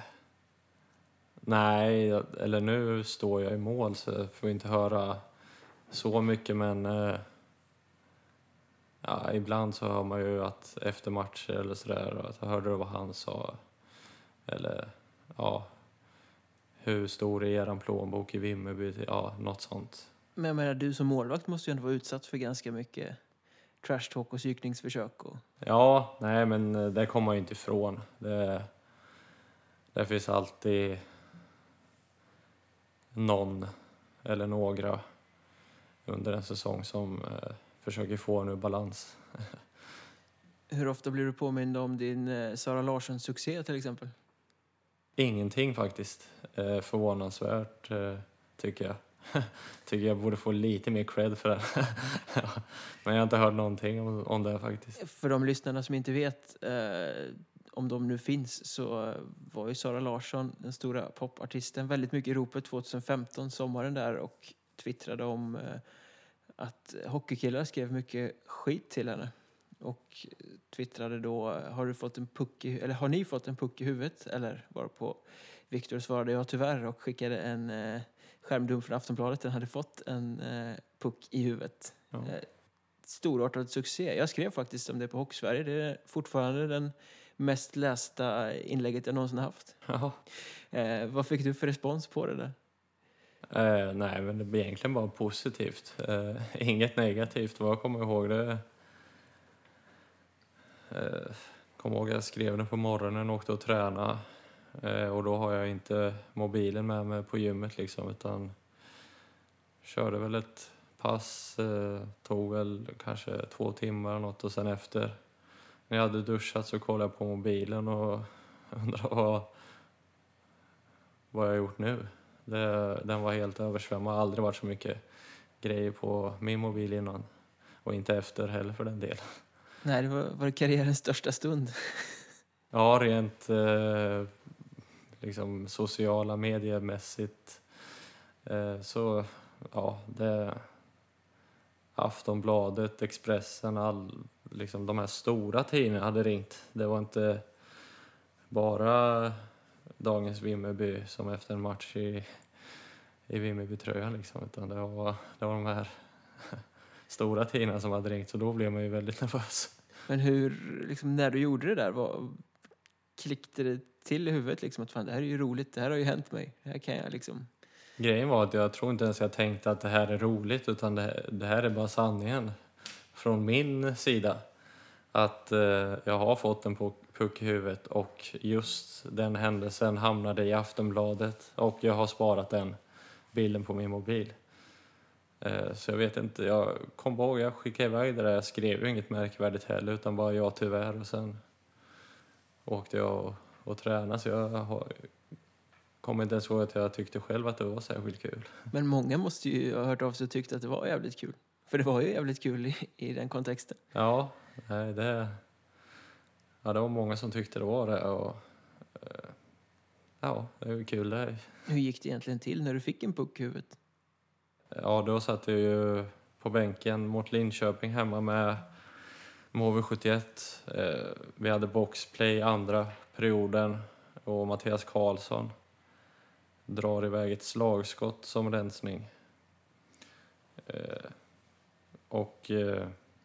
nej, eller nu står jag i mål så jag får inte höra så mycket, men eh, ja, ibland så hör man ju att efter matcher eller sådär, att jag hörde vad han sa. Eller ja, hur stor är eran plånbok i Vimmerby? Ja, något sånt. Men jag menar, du som målvakt måste ju ändå vara utsatt för ganska mycket trash talk och psykningsförsök. Och... Ja, nej men det kommer man ju inte ifrån. Det, det finns alltid någon eller några under en säsong som eh, försöker få en ur balans. Hur ofta blir du påmind om din eh, Sara Larsson-succé till exempel? Ingenting faktiskt. Eh, förvånansvärt eh, tycker jag. Tycker jag borde få lite mer cred för det. Men jag har inte hört någonting om, om det faktiskt. För de lyssnarna som inte vet, eh, om de nu finns, så var ju Sara Larsson, den stora popartisten, väldigt mycket i ropet tjugohundrafemton, sommaren där, och twittrade om eh, att hockeykillar skrev mycket skit till henne. och twittrade då, har du fått en puck i, eller har ni fått en puck i huvudet? Eller var på Viktor svarade jag tyvärr och skickade en eh, skärmdump från Aftonbladet. Den hade fått en eh, puck i huvudet. Ja. Eh, storartad succé. Jag skrev faktiskt om det på Hockeysverige. Det är fortfarande den mest lästa inlägget jag någonsin haft. Ja. Eh, vad fick du för respons på det där? Eh, nej, men det blir egentligen bara positivt. Eh, inget negativt. Vad jag kommer ihåg det... Eh, kommer ihåg jag skrev det på morgonen och åkte och tränade. Eh, och då har jag inte mobilen med mig på gymmet liksom, utan körde väl ett pass, eh, tog väl kanske två timmar eller något, och sen efter när jag hade duschat så kollade jag på mobilen och undrade vad, vad jag gjort nu. Det, den var helt översvämmad, aldrig varit så mycket grejer på min mobil innan. Och inte efter heller för den delen. Nej, det var, var det karriärens största stund. Ja, rent eh, liksom sociala mediemässigt. Eh, så ja, det... Aftonbladet, Expressen, all, liksom de här stora tidningarna hade ringt. Det var inte bara dagens Vimmerby som efter en match i, i Vimmerby-tröjan liksom, utan det var, det var de här stora tidningarna som hade ringt, så då blev man ju väldigt nervös. Men hur, liksom, när du gjorde det där, vad, klickade det till i huvudet liksom, att fan, det här är ju roligt, det här har ju hänt mig, det här kan jag liksom... Grejen var att jag tror inte ens jag tänkte att det här är roligt, utan det, det här är bara sanningen från min sida. Att eh, jag har fått en puck i huvudet och just den händelsen hamnade i Aftonbladet och jag har sparat den bilden på min mobil. Eh, så jag vet inte, jag kom ihåg, jag skickade iväg det där, jag skrev ju inget märkvärdigt heller, utan bara jag tyvärr, och sen åkte jag och, och tränade, så jag har... kommer inte ens ihåg att jag tyckte själv att det var särskilt kul. Men många måste ju ha hört av sig och tyckt att det var jävligt kul. För det var ju jävligt kul i, i den kontexten. Ja, nej, det, ja, det var många som tyckte det var det. Och, eh, ja, det var kul det. Hur gick det egentligen till när du fick en puck i huvudet? Ja, då satt jag ju på bänken mot Linköping hemma med H V sjuttioett. Eh, vi hade boxplay andra perioden och Mattias Karlsson drar iväg ett slagskott som rensning. Eh, och eh,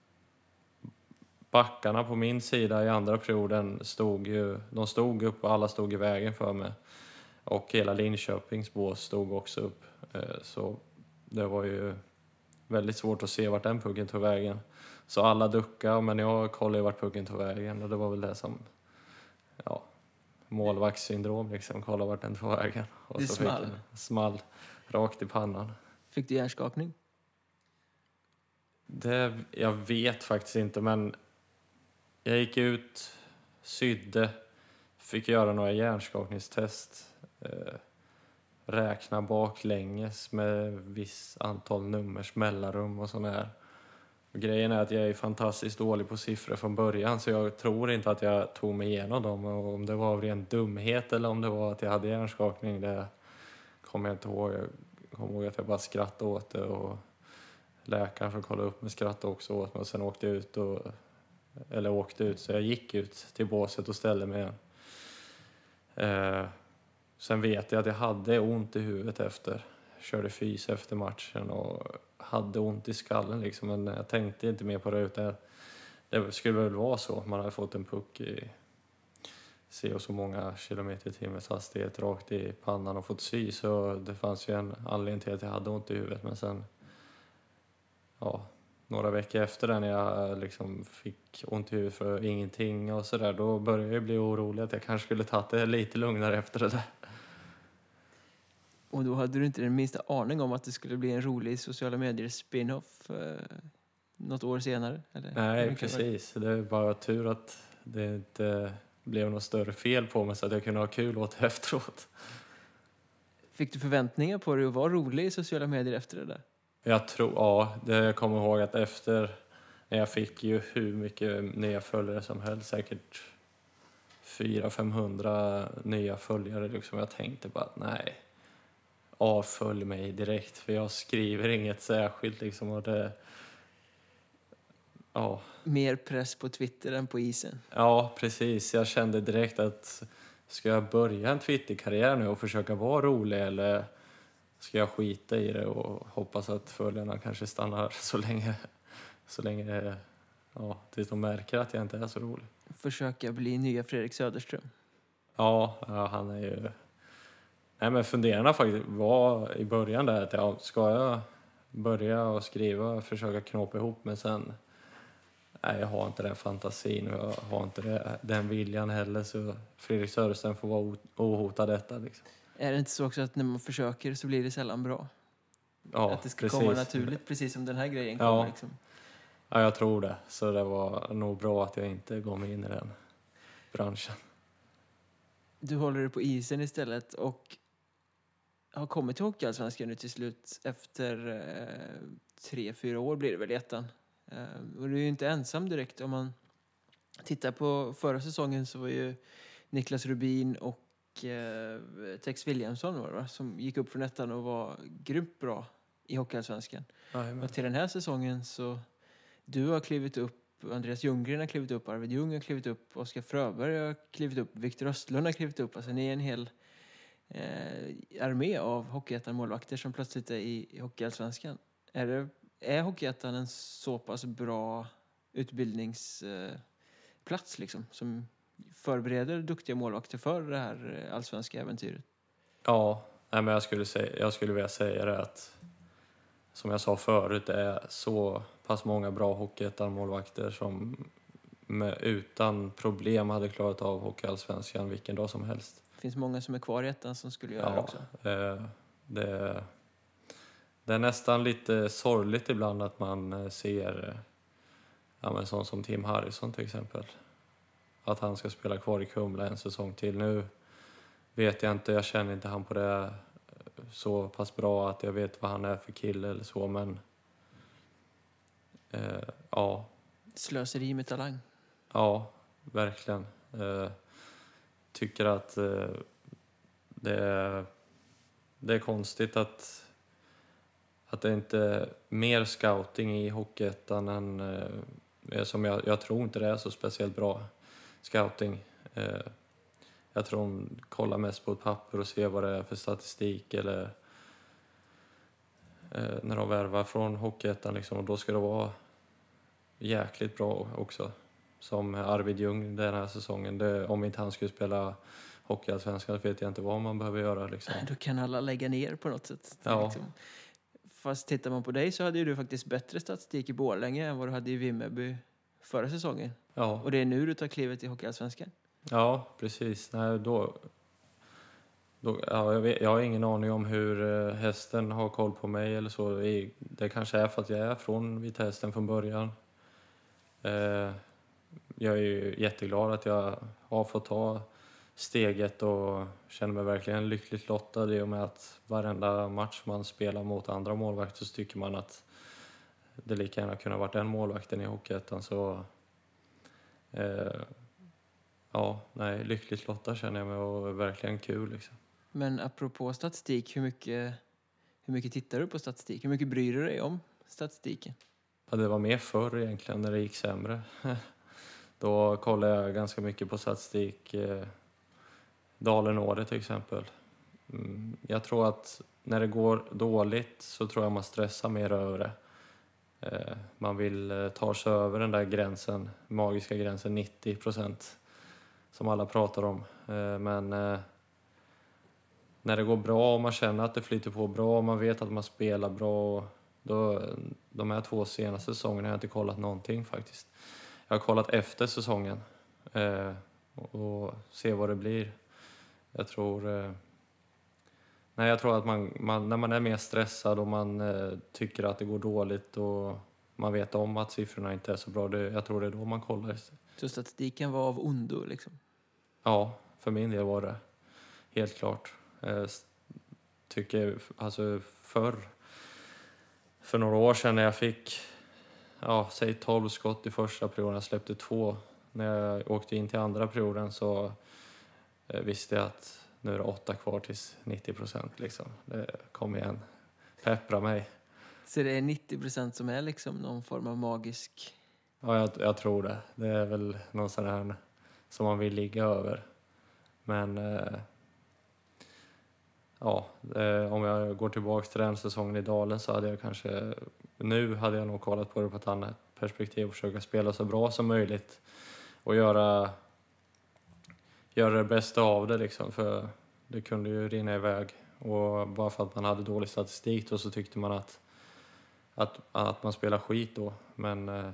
backarna på min sida i andra perioden stod ju, de stod upp och alla stod i vägen för mig. Och hela Linköpings bås stod också upp. Eh, så det var ju väldigt svårt att se vart den pucken tog vägen. Så alla duckade, men jag kollade vart pucken tog vägen, och det var väl det som, ja, målvaktssyndrom liksom, kolla vart den tog vägen. Och det så small. Fick den, small rakt i pannan. Fick du hjärnskakning? Det, jag vet faktiskt inte, men jag gick ut, sydde, fick göra några hjärnskakningstest, eh, räkna baklänges med viss antal nummers mellanrum och sånt här. Och grejen är att jag är fantastiskt dålig på siffror från början, så jag tror inte att jag tog mig igenom dem. Och om det var av ren dumhet eller om det var att jag hade hjärnskakning, det kommer jag inte ihåg. Jag kommer ihåg att jag bara skrattade åt det, och läkaren som kollade upp mig skrattade också åt mig, och sen åkte jag ut och, eller åkte ut, så jag gick ut till båset och ställde mig igen. Eh, sen vet jag att jag hade ont i huvudet efter, körde fys efter matchen och hade ont i skallen liksom, men jag tänkte inte mer på det, utan det skulle väl vara så. Man hade fått en puck i se och så många kilometer i timmens hastighet rakt i pannan och fått sy, så det fanns ju en anledning till att jag hade ont i huvudet. Men sen, ja, några veckor efter den jag liksom fick ont i huvudet för ingenting och sådär, då började jag bli orolig att jag kanske skulle tagit det lite lugnare efter det där. Och då hade du inte den minsta aning om att det skulle bli en rolig sociala medier spin-off eh, något år senare? Eller? Nej, precis. Det är bara tur att det inte blev något större fel på mig så att jag kunde ha kul åt det efteråt. Fick du förväntningar på dig att vara rolig i sociala medier efter det där? Jag tror, ja, det jag kommer ihåg att efter, när jag fick ju hur mycket nya följare som helst, säkert fyra femhundra nya följare liksom, jag tänkte bara att nej, avfölj mig direkt, för jag skriver inget särskilt liksom, och det, ja. Mer press på Twitter än på isen. Ja, precis. Jag kände direkt att ska jag börja en Twitter-karriär nu och försöka vara rolig, eller ska jag skita i det och hoppas att följarna kanske stannar så länge, så länge, ja, tills de märker att jag inte är så rolig. Försöka bli nya Fredrik Söderström. Ja, ja han är ju... Nej, men funderarna faktiskt var i början där att ja, ska jag börja och skriva, försöka knåpa ihop, men sen... Nej, jag har inte den fantasin och jag har inte det, den viljan heller, så Fredrik Söderström får vara ohotad detta liksom. Är det inte så också att när man försöker så blir det sällan bra? Ja, att det ska precis. komma naturligt, precis som den här grejen kommer. Ja. Liksom. Ja, jag tror det. Så det var nog bra att jag inte gav mig in i den branschen. Du håller det på isen istället och har kommit till Hockeyallsvenskan nu till slut efter eh, tre, fyra år blir det väl i ettan. Eh, och du är ju inte ensam direkt. Om man tittar på förra säsongen så var ju Niklas Rubin och eh, Tex Williamson var det, va? Som gick upp från ettan och var grymt bra i Hockeyallsvenskan. Och till den här säsongen så du har klivit upp, Andreas Ljunggren har klivit upp, Arvid Ljung har klivit upp, Oskar Fröberg har klivit upp, Viktor Östlund har klivit upp. Alltså ni är en hel eh, armé av Hockeyettan-målvakter som plötsligt är i, i Hockeyallsvenskan. Är, det, är Hockeyettan en så pass bra utbildningsplats eh, liksom, som förbereder duktiga målvakter för det här allsvenska äventyret? Ja, nej, men jag skulle, säga, jag skulle vilja säga det att som jag sa förut, det är så pass många bra Hockeyettan-målvakter som med, utan problem hade klarat av Hockeyallsvenskan vilken dag som helst. Det finns många som är kvar i ettan som skulle göra ja, det också. Eh, det, det är nästan lite sorgligt ibland att man ser ja, men sån som Tim Harrison till exempel. Att han ska spela kvar i Kumla en säsong till. Nu vet jag inte, jag känner inte han på det så pass bra att jag vet vad han är för kille eller så, men eh, ja. Slöseri med talang. Ja, verkligen. Eh, tycker att eh, det, är, det är konstigt att, att det inte är mer scouting i Hockeyettan än eh, som jag, jag tror inte det är så speciellt bra scouting. Eh, jag tror de kollar mest på ett papper och ser vad det är för statistik eller eh, när de värvar från Hockeyettan liksom, och då ska det vara jäkligt bra också. Som Arvid Ljung den här säsongen. Det, om inte han skulle spela Hockeyallsvenskan vet jag inte vad man behöver göra. Liksom. Då kan alla lägga ner på något sätt. Ja. Liksom. Fast tittar man på dig så hade ju du faktiskt bättre statistik i Borlänge än vad du hade i Vimmerby förra säsongen. Ja. Och det är nu du tar klivet i Hockeyallsvenskan. Ja, precis. Nej, då, då, ja, jag, vet, jag har ingen aning om hur hästen har koll på mig eller så. Det kanske är för att jag är från Vita Hästen från början. Eh, jag är ju jätteglad att jag har fått ta steget och känner mig verkligen lyckligt lottad i och med att varenda match man spelar mot andra målvakter så tycker man att det lika gärna kunde ha varit den målvakten i Hockeyettan. Så eh, ja, nej, lyckligt lottad känner jag mig och verkligen kul liksom. Men apropå statistik, hur mycket, hur mycket tittar du på statistik? Hur mycket bryr du dig om statistiken? Ja, det var mer förr egentligen när det gick sämre. Då kollade jag ganska mycket på statistik. Eh, Dalen-året till exempel. Mm, jag tror att när det går dåligt så tror jag man stressar mer över det. Eh, man vill eh, ta sig över den där gränsen, magiska gränsen nittio procent som alla pratar om. Eh, men eh, när det går bra och man känner att det flyter på bra och man vet att man spelar bra, då, de här två senaste säsongerna har jag inte kollat någonting faktiskt. Jag har kollat efter säsongen eh, och, och se vad det blir. Jag tror, eh, nej, jag tror att man, man, när man är mer stressad och man eh, tycker att det går dåligt och man vet om att siffrorna inte är så bra, det, jag tror det är då man kollar. Så statistiken var av ondo liksom? Ja, för min del var det helt klart. Jag tycker, alltså förr, för några år sedan när jag fick, ja, säg tolv skott i första perioden, jag släppte två. När jag åkte in till andra perioden så eh, visste jag att nu är det åtta kvar till nittio procent liksom. Det kom igen, peppra mig. Så det är nittio procent som är liksom någon form av magisk Ja, jag, jag tror det. Det är väl någon sån här som man vill ligga över. Men eh, ja, eh, om jag går tillbaka till den säsongen i Dalen så hade jag kanske, nu hade jag nog kollat på det på ett annat perspektiv och försöka spela så bra som möjligt och göra, göra det bästa av det liksom, för det kunde ju rinna iväg. Och bara för att man hade dålig statistik då så tyckte man att, att, att man spelar skit då. Men eh,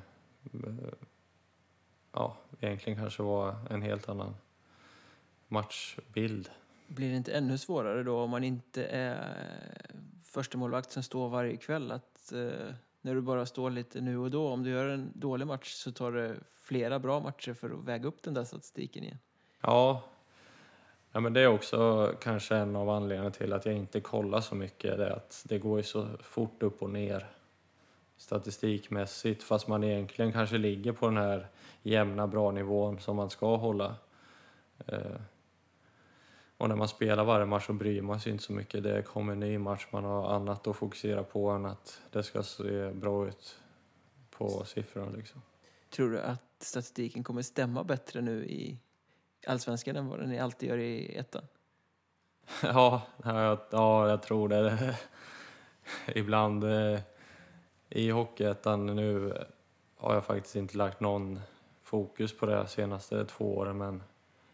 ja, egentligen kanske var en helt annan matchbild. Blir det inte ännu svårare då om man inte är första målvakt som står varje kväll? Att eh, när du bara står lite nu och då, om du gör en dålig match så tar det flera bra matcher för att väga upp den där statistiken igen. Ja, ja men det är också kanske en av anledningarna till att jag inte kollar så mycket. Det är att det går ju så fort upp och ner statistikmässigt, fast man egentligen kanske ligger på den här jämna bra nivån som man ska hålla. Eh, och när man spelar varje match så bryr man sig inte så mycket. Det kommer en ny match, man har annat att fokusera på än att det ska se bra ut på siffrorna liksom. Tror du att statistiken kommer stämma bättre nu i Allsvenskan än vad den alltid gör i ettan? Ja, ja, ja jag tror det. Ibland eh, i Hockeyettan nu har jag faktiskt inte lagt någon fokus på det de senaste två åren, men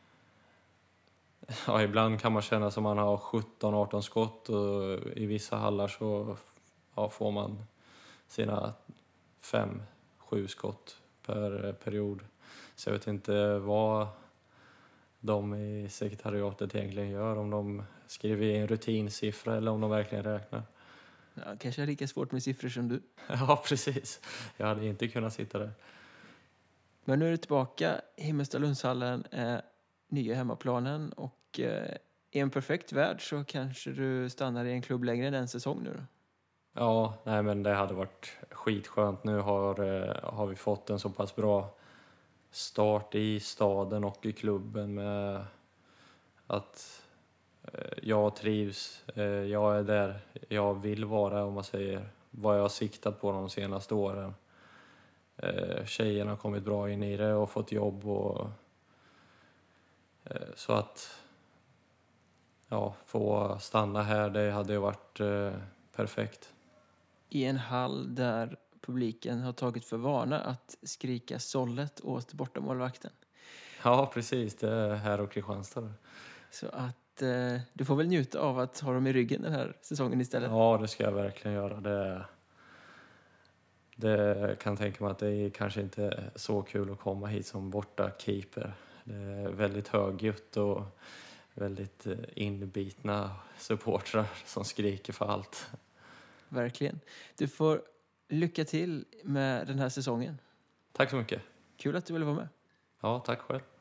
ja, ibland kan man känna som man har sjutton arton skott och i vissa hallar så ja, får man sina fem sju skott per period. Så jag vet inte vad de i sekretariatet egentligen gör, om de skriver i en rutinsiffra eller om de verkligen räknar. Ja, kanske är lika svårt med siffror som du. Ja, precis. Jag hade inte kunnat sitta där. Men nu är du tillbaka. Himmelstalundshallen är nya hemmaplanen och eh, i en perfekt värld så kanske du stannar i en klubb längre än en säsong nu då. Ja, nej men det hade varit skitskönt. Nu har, eh, har vi fått en så pass bra start i staden och i klubben med att eh, jag trivs. Eh, jag är där jag vill vara, om man säger vad jag har siktat på de senaste åren. Eh, tjejerna har kommit bra in i det och fått jobb och eh, så att ja, få stanna här, det hade ju varit eh, perfekt. I en hall där publiken har tagit för vana att skrika sållet åt bortamålvakten. Ja, precis. Det är här och Kristianstad. Så att eh, du får väl njuta av att ha dem i ryggen den här säsongen istället. Ja, det ska jag verkligen göra. Det, det kan tänka mig att det är kanske inte är så kul att komma hit som borta keeper. Det är väldigt högljutt och väldigt inbitna supportrar som skriker för allt. Verkligen. Du får lycka till med den här säsongen. Tack så mycket. Kul att du ville vara med. Ja, tack själv.